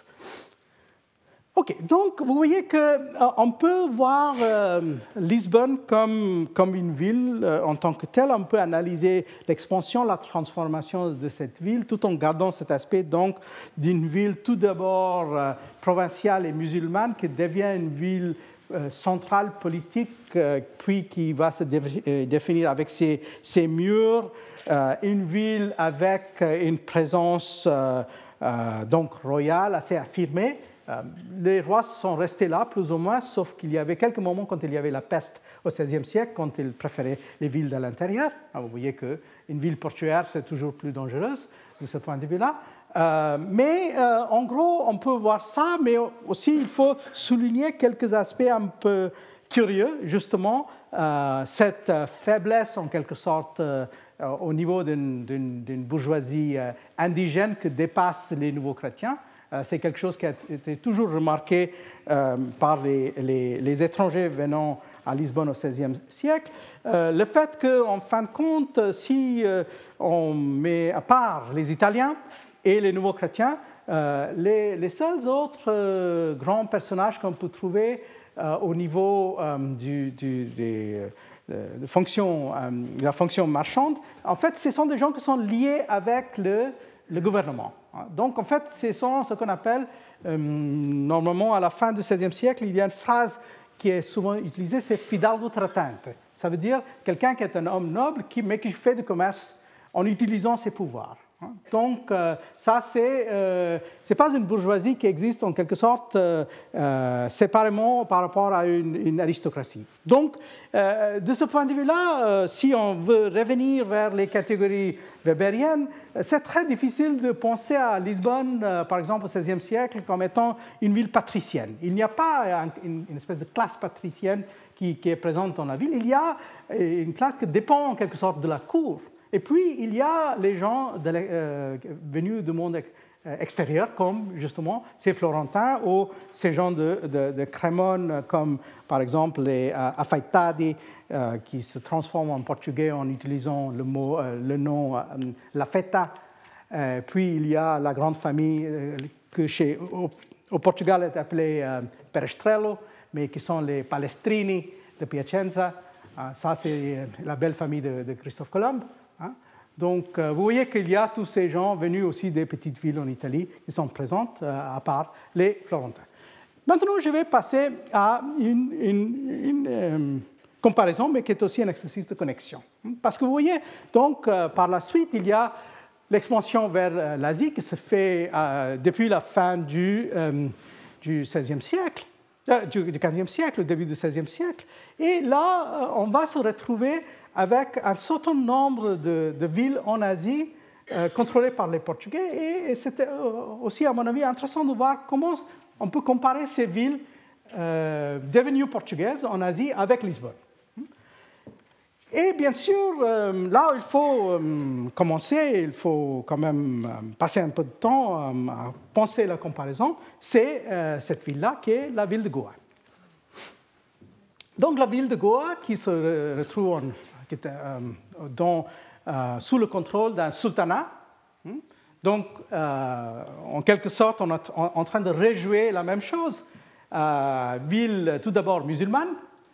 Ok, donc vous voyez qu'on peut voir Lisbonne comme une ville en tant que telle. On peut analyser l'expansion, la transformation de cette ville, tout en gardant cet aspect donc d'une ville tout d'abord provinciale et musulmane qui devient une ville centrale politique, puis qui va se définir avec ses murs, une ville avec une présence donc royale assez affirmée. Les rois sont restés là, plus ou moins, sauf qu'il y avait quelques moments quand il y avait la peste au XVIe siècle, quand ils préféraient les villes de l'intérieur. Vous voyez qu'une ville portuaire, c'est toujours plus dangereuse de ce point de vue-là. Mais en gros, on peut voir ça, mais aussi il faut souligner quelques aspects un peu curieux, justement, cette faiblesse en quelque sorte au niveau d'une bourgeoisie indigène que dépassent les nouveaux chrétiens. C'est quelque chose qui a été toujours remarqué par les étrangers venant à Lisbonne au XVIe siècle. Le fait qu'en fin de compte, si on met à part les Italiens et les nouveaux chrétiens, les seuls autres grands personnages qu'on peut trouver au niveau de la fonction marchande, en fait, ce sont des gens qui sont liés avec le gouvernement. Donc, en fait, ce sont ce qu'on appelle, normalement, à la fin du XVIe siècle, il y a une phrase qui est souvent utilisée, c'est fidalgo tratante. Ça veut dire quelqu'un qui est un homme noble, mais qui fait du commerce en utilisant ses pouvoirs. Donc, ça, c'est pas une bourgeoisie qui existe en quelque sorte séparément par rapport à une aristocratie. Donc, de ce point de vue-là, si on veut revenir vers les catégories weberiennes, c'est très difficile de penser à Lisbonne, par exemple au XVIe siècle, comme étant une ville patricienne. Il n'y a pas une espèce de classe patricienne qui est présente dans la ville. Il y a une classe qui dépend en quelque sorte de la cour. Et puis, il y a les gens venus du monde extérieur, comme justement ces Florentins ou ces gens de Crémone, comme par exemple les Afaitadi, qui se transforment en portugais en utilisant le nom Lafeta. Puis, il y a la grande famille que au Portugal est appelée Perestrello, mais qui sont les Palestrini de Piacenza. Ça, c'est la belle famille de Christophe Colomb. Donc, vous voyez qu'il y a tous ces gens venus aussi des petites villes en Italie qui sont présentes, à part les Florentins. Maintenant, je vais passer à une comparaison, mais qui est aussi un exercice de connexion. Parce que vous voyez, donc, par la suite, il y a l'expansion vers l'Asie qui se fait depuis la fin du XVIe siècle, du XVe siècle, au début du XVIe siècle. Et là, on va se retrouver avec un certain nombre de villes en Asie contrôlées par les Portugais. Et c'était aussi, à mon avis, intéressant de voir comment on peut comparer ces villes devenues portugaises en Asie avec Lisbonne. Et bien sûr, là où il faut commencer, il faut quand même passer un peu de temps à penser la comparaison, c'est cette ville-là qui est la ville de Goa. Donc la ville de Goa qui se retrouve sous le contrôle d'un sultanat. Donc, en quelque sorte, on est en train de rejouer la même chose. Ville tout d'abord musulmane,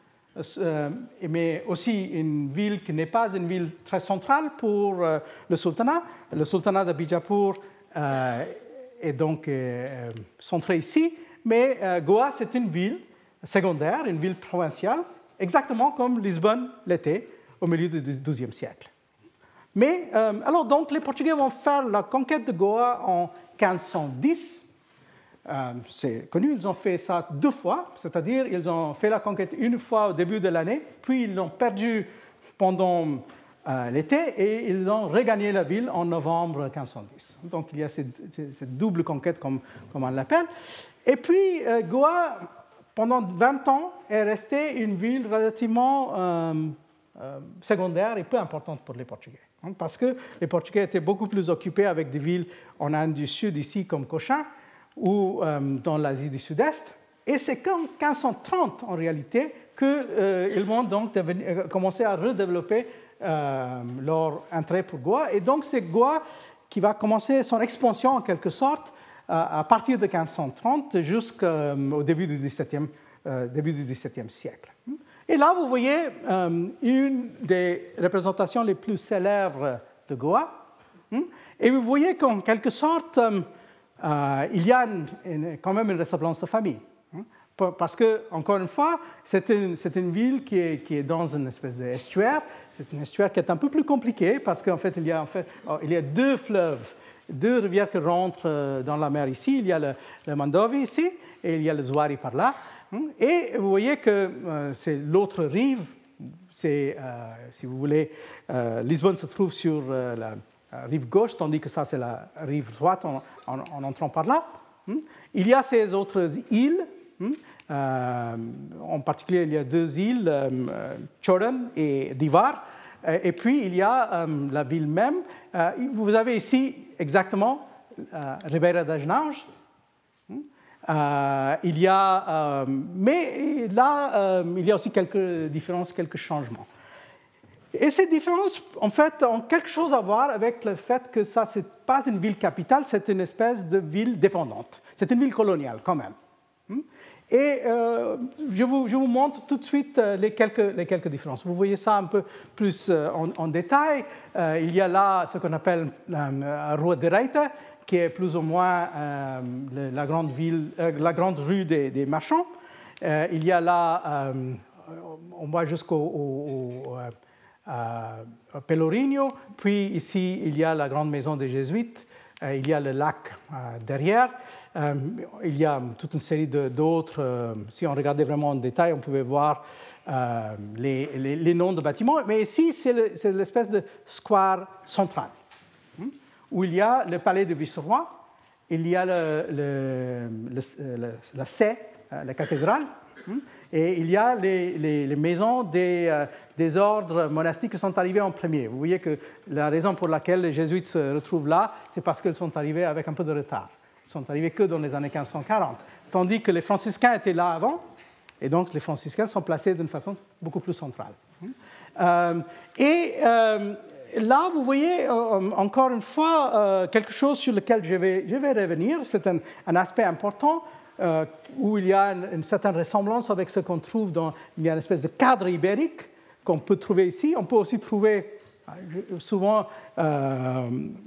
mais aussi une ville qui n'est pas une ville très centrale pour le sultanat. Le sultanat de Bijapur est donc centré ici, mais Goa, c'est une ville secondaire, une ville provinciale, exactement comme Lisbonne l'était au milieu du XIIe siècle. Mais, alors donc, les Portugais vont faire la conquête de Goa en 1510. C'est connu, ils ont fait ça 2 fois, c'est-à-dire ils ont fait la conquête une fois au début de l'année, puis ils l'ont perdu pendant l'été et ils ont regagné la ville en novembre 1510. Donc il y a cette double conquête, comme on l'appelle. Et puis Goa, pendant 20 ans, est restée une ville relativement secondaire et peu importante pour les Portugais. Parce que les Portugais étaient beaucoup plus occupés avec des villes en Inde du Sud, ici comme Cochin, ou dans l'Asie du Sud-Est. Et c'est qu'en 1530, en réalité, qu'ils vont donc commencer à redévelopper leur intérêt pour Goa. Et donc, c'est Goa qui va commencer son expansion, en quelque sorte, à partir de 1530 jusqu'au début du XVIIe siècle. Et là, vous voyez une des représentations les plus célèbres de Goa. Et vous voyez qu'en quelque sorte, il y a quand même une ressemblance de famille. Parce que, encore une fois, c'est une ville qui est dans une espèce d'estuaire. C'est un estuaire qui est un peu plus compliqué parce qu'en fait, il y a 2 fleuves, 2 rivières qui rentrent dans la mer ici. Il y a le Mandovi ici et il y a le Zuari par là. Et vous voyez que c'est l'autre rive. Si vous voulez, Lisbonne se trouve sur la rive gauche, tandis que ça, c'est la rive droite en entrant par là. Il y a ces autres îles. En particulier, il y a 2 îles, Choran et Divar. Et puis, il y a la ville même. Vous avez ici exactement Ribeira das Naves. Mais là, il y a aussi quelques différences, quelques changements. Et ces différences, en fait, ont quelque chose à voir avec le fait que ça, ce n'est pas une ville capitale, c'est une espèce de ville dépendante. C'est une ville coloniale, quand même. Et je vous montre tout de suite les quelques différences. Vous voyez ça un peu plus en détail. Il y a là ce qu'on appelle la Rua Direita, qui est plus ou moins la grande rue des marchands. Il y a là, on va jusqu'au Pelourinho, puis ici, il y a la grande maison des Jésuites, il y a le lac derrière, il y a toute une série d'autres, si on regardait vraiment en détail, on pouvait voir les noms de bâtiments, mais ici, c'est l'espèce de square central, où il y a le palais du vice-roi, il y a la Sé, la cathédrale, et il y a les maisons des ordres monastiques qui sont arrivés en premier. Vous voyez que la raison pour laquelle les jésuites se retrouvent là, c'est parce qu'ils sont arrivés avec un peu de retard. Ils sont arrivés que dans les années 1540, tandis que les franciscains étaient là avant, et donc les franciscains sont placés d'une façon beaucoup plus centrale. Là, vous voyez, encore une fois, quelque chose sur lequel je vais revenir. C'est un aspect important où il y a une certaine ressemblance avec ce qu'on trouve il y a une espèce de cadre ibérique qu'on peut trouver ici. On peut aussi trouver Souvent, en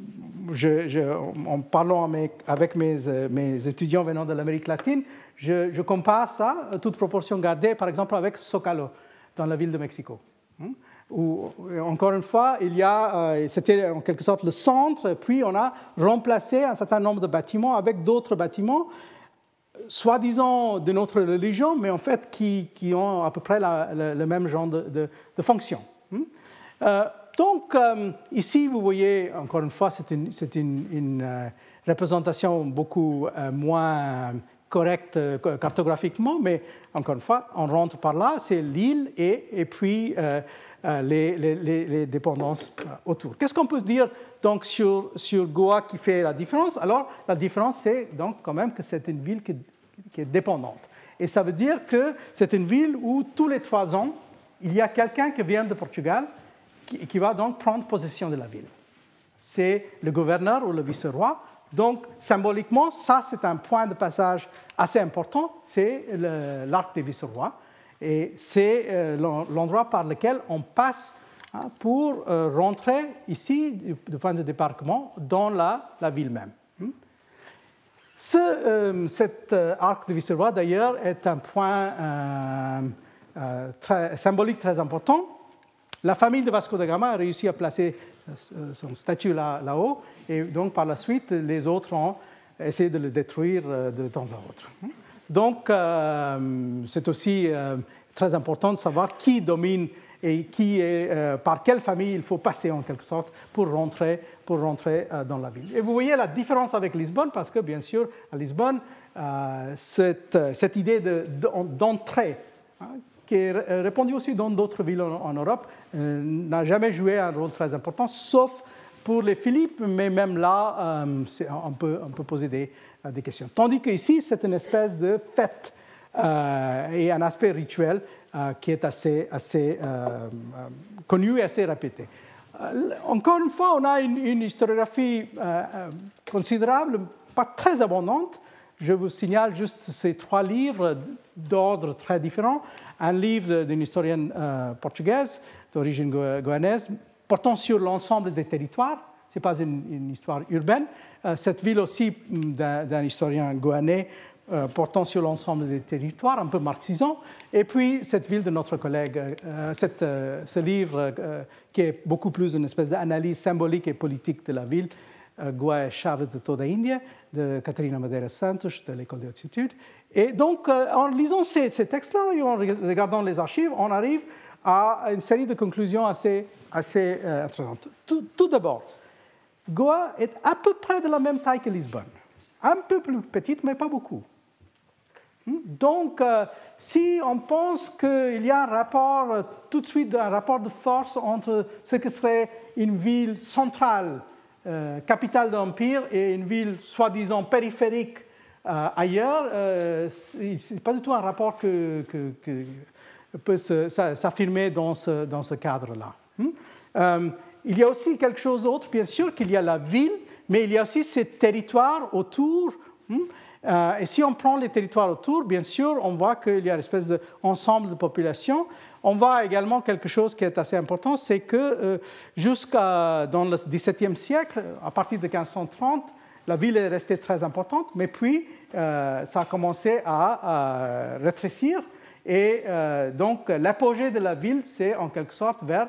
parlant avec mes étudiants venant de l'Amérique latine, je compare ça, toute proportion gardée, par exemple avec Zócalo, dans la ville de Mexico. Où, encore une fois, c'était en quelque sorte le centre, puis on a remplacé un certain nombre de bâtiments avec d'autres bâtiments, soi-disant de notre religion, mais en fait qui ont à peu près le même genre de fonction. Donc, ici, vous voyez, encore une fois, c'est une représentation beaucoup moins correcte cartographiquement, mais encore une fois, on rentre par là, c'est l'île et puis les dépendances autour. Qu'est-ce qu'on peut dire donc sur Goa qui fait la différence? Alors, la différence, c'est donc quand même que c'est une ville qui est dépendante. Et ça veut dire que c'est une ville où tous les 3 ans, il y a quelqu'un qui vient de Portugal qui va donc prendre possession de la ville. C'est le gouverneur ou le vice-roi. Donc, symboliquement, ça, c'est un point de passage assez important, c'est l'arc des vice-rois. Et c'est l'endroit par lequel on passe pour rentrer ici, du point de débarquement, dans la ville même. Cet arc de vice-roi, d'ailleurs, est un point symbolique très important. La famille de Vasco da Gama a réussi à placer son statue là-haut, et donc par la suite, les autres ont essayé de le détruire de temps à autre. Donc, c'est aussi très important de savoir qui domine et par quelle famille il faut passer en quelque sorte pour rentrer dans la ville. Et vous voyez la différence avec Lisbonne, parce que bien sûr, à Lisbonne, cette idée d'entrée, qui est répandue aussi dans d'autres villes en Europe, n'a jamais joué un rôle très important, sauf pour les Philippes, mais même là, on peut poser des questions. Tandis qu'ici, c'est une espèce de fête et un aspect rituel qui est assez connu et assez répété. Encore une fois, on a une historiographie considérable, pas très abondante. Je vous signale juste ces 3 livres d'ordre très différents. Un livre d'une historienne portugaise d'origine goanaise portant sur l'ensemble des territoires. Ce n'est pas une histoire urbaine. Cette ville aussi d'un historien goanais portant sur l'ensemble des territoires, un peu marxisant. Et puis cette ville de notre collègue, ce livre qui est beaucoup plus une espèce d'analyse symbolique et politique de la ville, Goa Chave de toda a Índia, de Catarina Madeira Santos, de l'École des hautes études. Et donc, en lisant ces textes-là et en regardant les archives, on arrive à une série de conclusions assez intéressantes. Tout d'abord, Goa est à peu près de la même taille que Lisbonne. Un peu plus petite, mais pas beaucoup. Donc, si on pense qu'il y a un rapport, tout de suite, un rapport de force entre ce que serait une ville centrale, capitale de l'Empire, et une ville soi-disant périphérique ailleurs, ce n'est pas du tout un rapport que peut s'affirmer dans ce cadre-là. Il y a aussi quelque chose d'autre, bien sûr, qu'il y a la ville, mais il y a aussi ces territoires autour. Et si on prend les territoires autour, bien sûr, on voit qu'il y a une espèce d'ensemble de population. On voit également quelque chose qui est assez important, c'est que jusqu'à dans le XVIIe siècle, à partir de 1530, la ville est restée très importante, mais puis ça a commencé à rétrécir. Et donc l'apogée de la ville, c'est en quelque sorte vers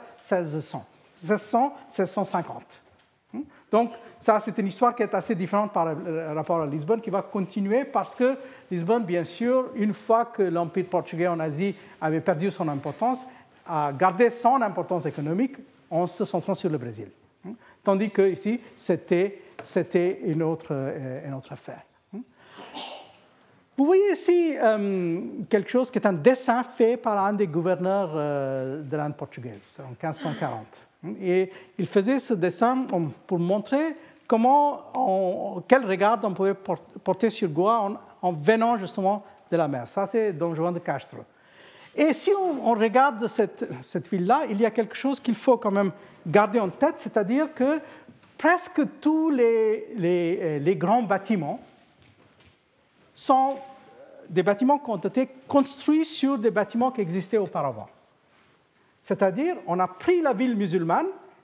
1650. Donc ça, c'est une histoire qui est assez différente par rapport à Lisbonne, qui va continuer parce que Lisbonne, bien sûr, une fois que l'Empire portugais en Asie avait perdu son importance, a gardé son importance économique en se centrant sur le Brésil. Tandis qu'ici, c'était une autre affaire. Vous voyez ici quelque chose qui est un dessin fait par un des gouverneurs de l'Inde portugaise en 1540. Et il faisait ce dessin pour montrer quel regard on pouvait porter sur Goa en venant justement de la mer. Ça, c'est Don Juan de Castro. Et si on regarde cette ville-là, il y a quelque chose qu'il faut quand même garder en tête, c'est-à-dire que presque tous les grands bâtiments sont des bâtiments qui ont été construits sur des bâtiments qui existaient auparavant. C'est-à-dire, on a pris la ville musulmane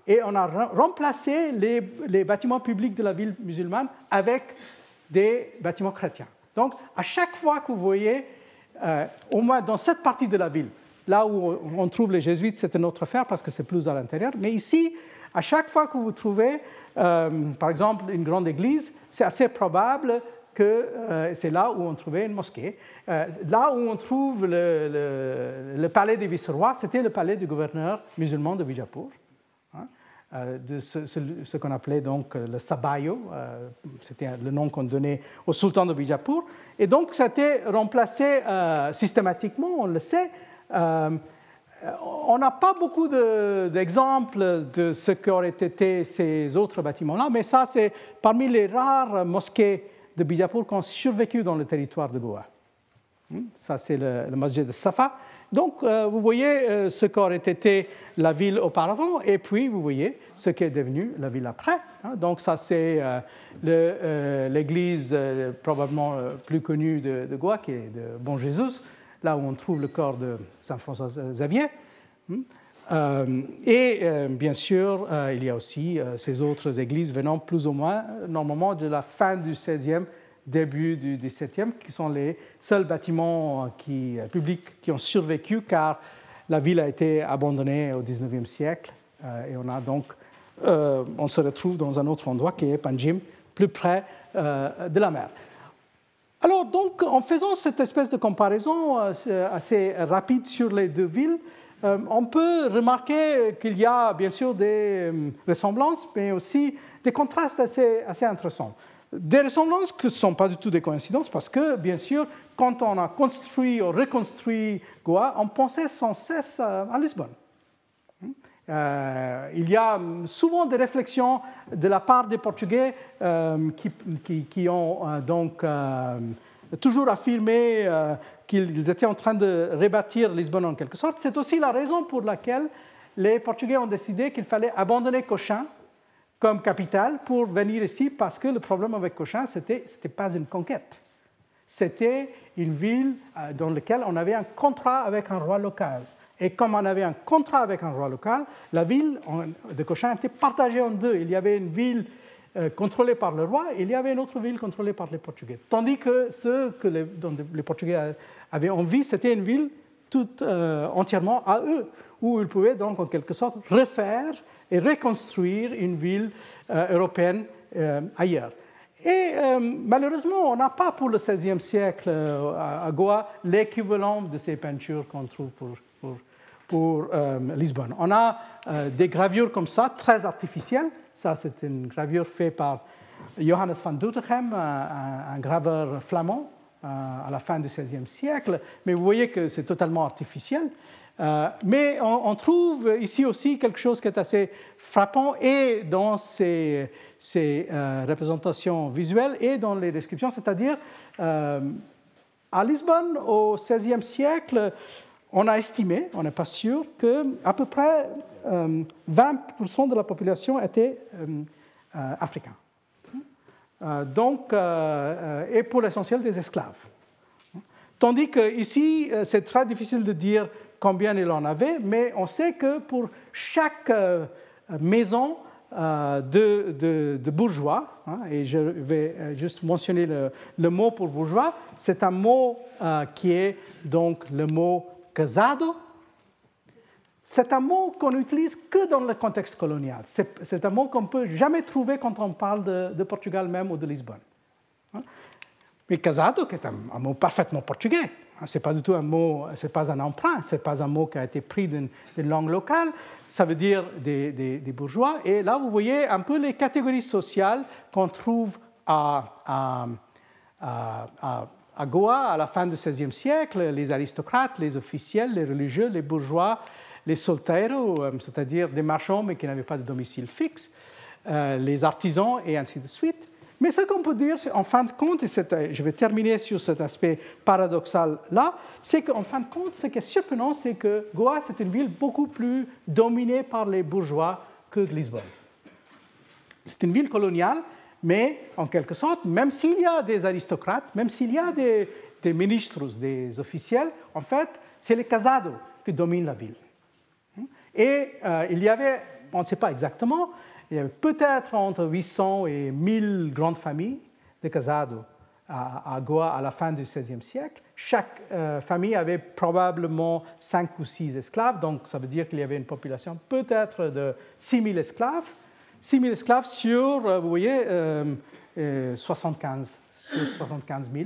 et on a remplacé les bâtiments publics de la ville musulmane avec des bâtiments chrétiens. Donc, à chaque fois que vous voyez, au moins dans cette partie de la ville, là où on trouve les jésuites, c'est une autre affaire parce que c'est plus à l'intérieur, mais ici, à chaque fois que vous trouvez, par exemple, une grande église, c'est assez probable que c'est là où on trouvait une mosquée. Là où on trouve le palais des vice-rois, c'était le palais du gouverneur musulman de Bijapur, de ce qu'on appelait donc le Sabayo, c'était le nom qu'on donnait au sultan de Bijapur. Et donc, ça a été remplacé systématiquement, on le sait. On n'a pas beaucoup d'exemples de ce qu'auraient été ces autres bâtiments-là, mais ça, c'est parmi les rares mosquées de Bijapur qui ont survécu dans le territoire de Goa. Ça, c'est le masjid de Safa. Donc, vous voyez ce qu'aurait été la ville auparavant, et puis vous voyez ce qui est devenu la ville après. Donc, ça, c'est l'église probablement plus connue de Goa, qui est de Bon Jésus, là où on trouve le corps de Saint François Xavier. Bien sûr, il y a aussi ces autres églises venant plus ou moins, normalement, de la fin du XVIe, début du XVIIe, qui sont les seuls bâtiments publics qui ont survécu, car la ville a été abandonnée au XIXe siècle. Et on se retrouve dans un autre endroit qui est Panjim, plus près de la mer. Alors, donc, en faisant cette espèce de comparaison assez rapide sur les deux villes, on peut remarquer qu'il y a bien sûr des ressemblances, mais aussi des contrastes assez intéressants. Des ressemblances qui ne sont pas du tout des coïncidences, parce que, bien sûr, quand on a construit ou reconstruit Goa, on pensait sans cesse à Lisbonne. Il y a souvent des réflexions de la part des Portugais qui ont toujours affirmé qu'ils étaient en train de rebâtir Lisbonne en quelque sorte. C'est aussi la raison pour laquelle les Portugais ont décidé qu'il fallait abandonner Cochin comme capitale pour venir ici, parce que le problème avec Cochin, ce n'était pas une conquête. C'était une ville dans laquelle on avait un contrat avec un roi local. Et comme on avait un contrat avec un roi local, la ville de Cochin était partagée en deux. Il y avait une ville contrôlée par le roi et il y avait une autre ville contrôlée par les Portugais. Tandis que dont les Portugais avaient envie, c'était une ville toute entièrement à eux, où ils pouvaient donc en quelque sorte refaire et reconstruire une ville européenne ailleurs. Et malheureusement, on n'a pas pour le XVIe siècle à Goa l'équivalent de ces peintures qu'on trouve pour Lisbonne. On a des gravures comme ça, très artificielles. Ça, c'est une gravure faite par Johannes van Doetinchem, un graveur flamand à la fin du XVIe siècle. Mais vous voyez que c'est totalement artificiel. Mais on trouve ici aussi quelque chose qui est assez frappant, et dans ces représentations visuelles et dans les descriptions, c'est-à-dire à Lisbonne, au XVIe siècle, on a estimé, on n'est pas sûr, qu'à peu près 20% de la population était africain. Et pour l'essentiel des esclaves. Tandis qu'ici, c'est très difficile de dire combien il en avait, mais on sait que pour chaque maison de bourgeois, et je vais juste mentionner le mot pour bourgeois, c'est un mot qui est donc le mot casado. C'est un mot qu'on n'utilise que dans le contexte colonial. C'est un mot qu'on ne peut jamais trouver quand on parle de Portugal même ou de Lisbonne. Mais casado, qui est un mot parfaitement portugais, ce n'est pas du tout un mot, ce n'est pas un emprunt, ce n'est pas un mot qui a été pris d'une langue locale, ça veut dire des bourgeois. Et là, vous voyez un peu les catégories sociales qu'on trouve à Goa à la fin du XVIe siècle, les aristocrates, les officiels, les religieux, les bourgeois, les solteiros, c'est-à-dire des marchands mais qui n'avaient pas de domicile fixe, les artisans et ainsi de suite. Mais ce qu'on peut dire, en fin de compte, et je vais terminer sur cet aspect paradoxal-là, c'est qu'en fin de compte, ce qui est surprenant, c'est que Goa, c'est une ville beaucoup plus dominée par les bourgeois que Lisbonne. C'est une ville coloniale, mais en quelque sorte, même s'il y a des aristocrates, même s'il y a des ministres, des officiels, en fait, c'est les casados qui dominent la ville. Et il y avait on ne sait pas exactement. Il y avait peut-être entre 800 et 1000 grandes familles de casados à Goa à la fin du XVIe siècle. Chaque famille avait probablement 5 ou 6 esclaves, donc ça veut dire qu'il y avait une population peut-être de 6000 esclaves. 6000 esclaves sur, vous voyez, 75 000.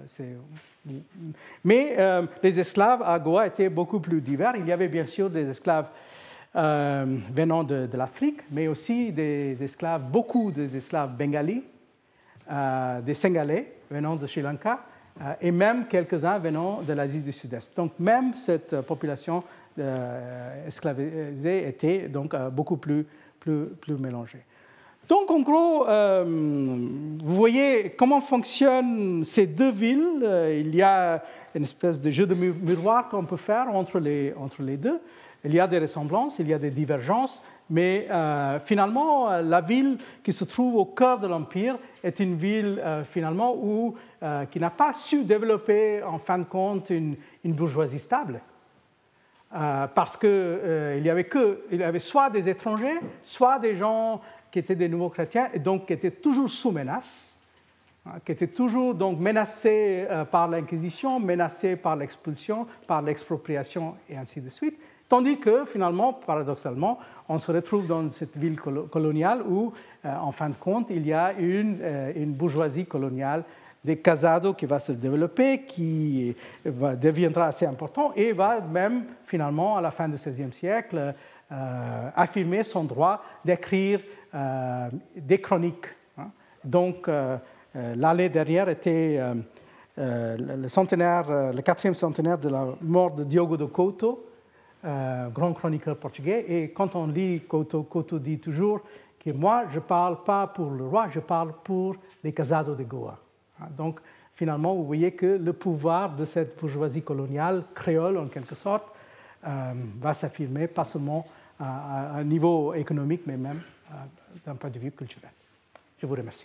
Mais les esclaves à Goa étaient beaucoup plus divers. Il y avait bien sûr des esclaves venant de l'Afrique, mais aussi beaucoup des esclaves bengalis, des Sénégalais venant de Sri Lanka, et même quelques-uns venant de l'Asie du Sud-Est. Donc même cette population esclavisée était donc beaucoup plus mélangée. Donc en gros, vous voyez comment fonctionnent ces deux villes. Il y a une espèce de jeu de miroir qu'on peut faire entre les deux. Il y a des ressemblances, il y a des divergences, mais finalement, la ville qui se trouve au cœur de l'Empire est une ville finalement qui n'a pas su développer en fin de compte une bourgeoisie stable. Parce qu'il y avait soit des étrangers, soit des gens qui étaient des nouveaux chrétiens et donc qui étaient toujours sous menace, qui étaient toujours donc menacés par l'Inquisition, menacés par l'expulsion, par l'expropriation et ainsi de suite. Tandis que finalement, paradoxalement, on se retrouve dans cette ville coloniale où, en fin de compte, il y a une bourgeoisie coloniale des casados qui va se développer, qui deviendra assez important et va même, finalement, à la fin du XVIe siècle, affirmer son droit d'écrire des chroniques. Donc, l'année dernière était le 4e centenaire de la mort de Diogo de Couto, grand chroniqueur portugais. Et quand on lit Couto, Couto dit toujours que moi, je ne parle pas pour le roi, je parle pour les casados de Goa. Donc, finalement, vous voyez que le pouvoir de cette bourgeoisie coloniale, créole en quelque sorte, va s'affirmer pas seulement à un niveau économique, mais même d'un point de vue culturel. Je vous remercie.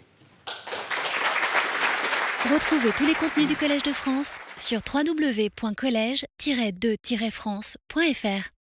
Retrouvez tous les contenus du Collège de France sur www.collège-2-france.fr.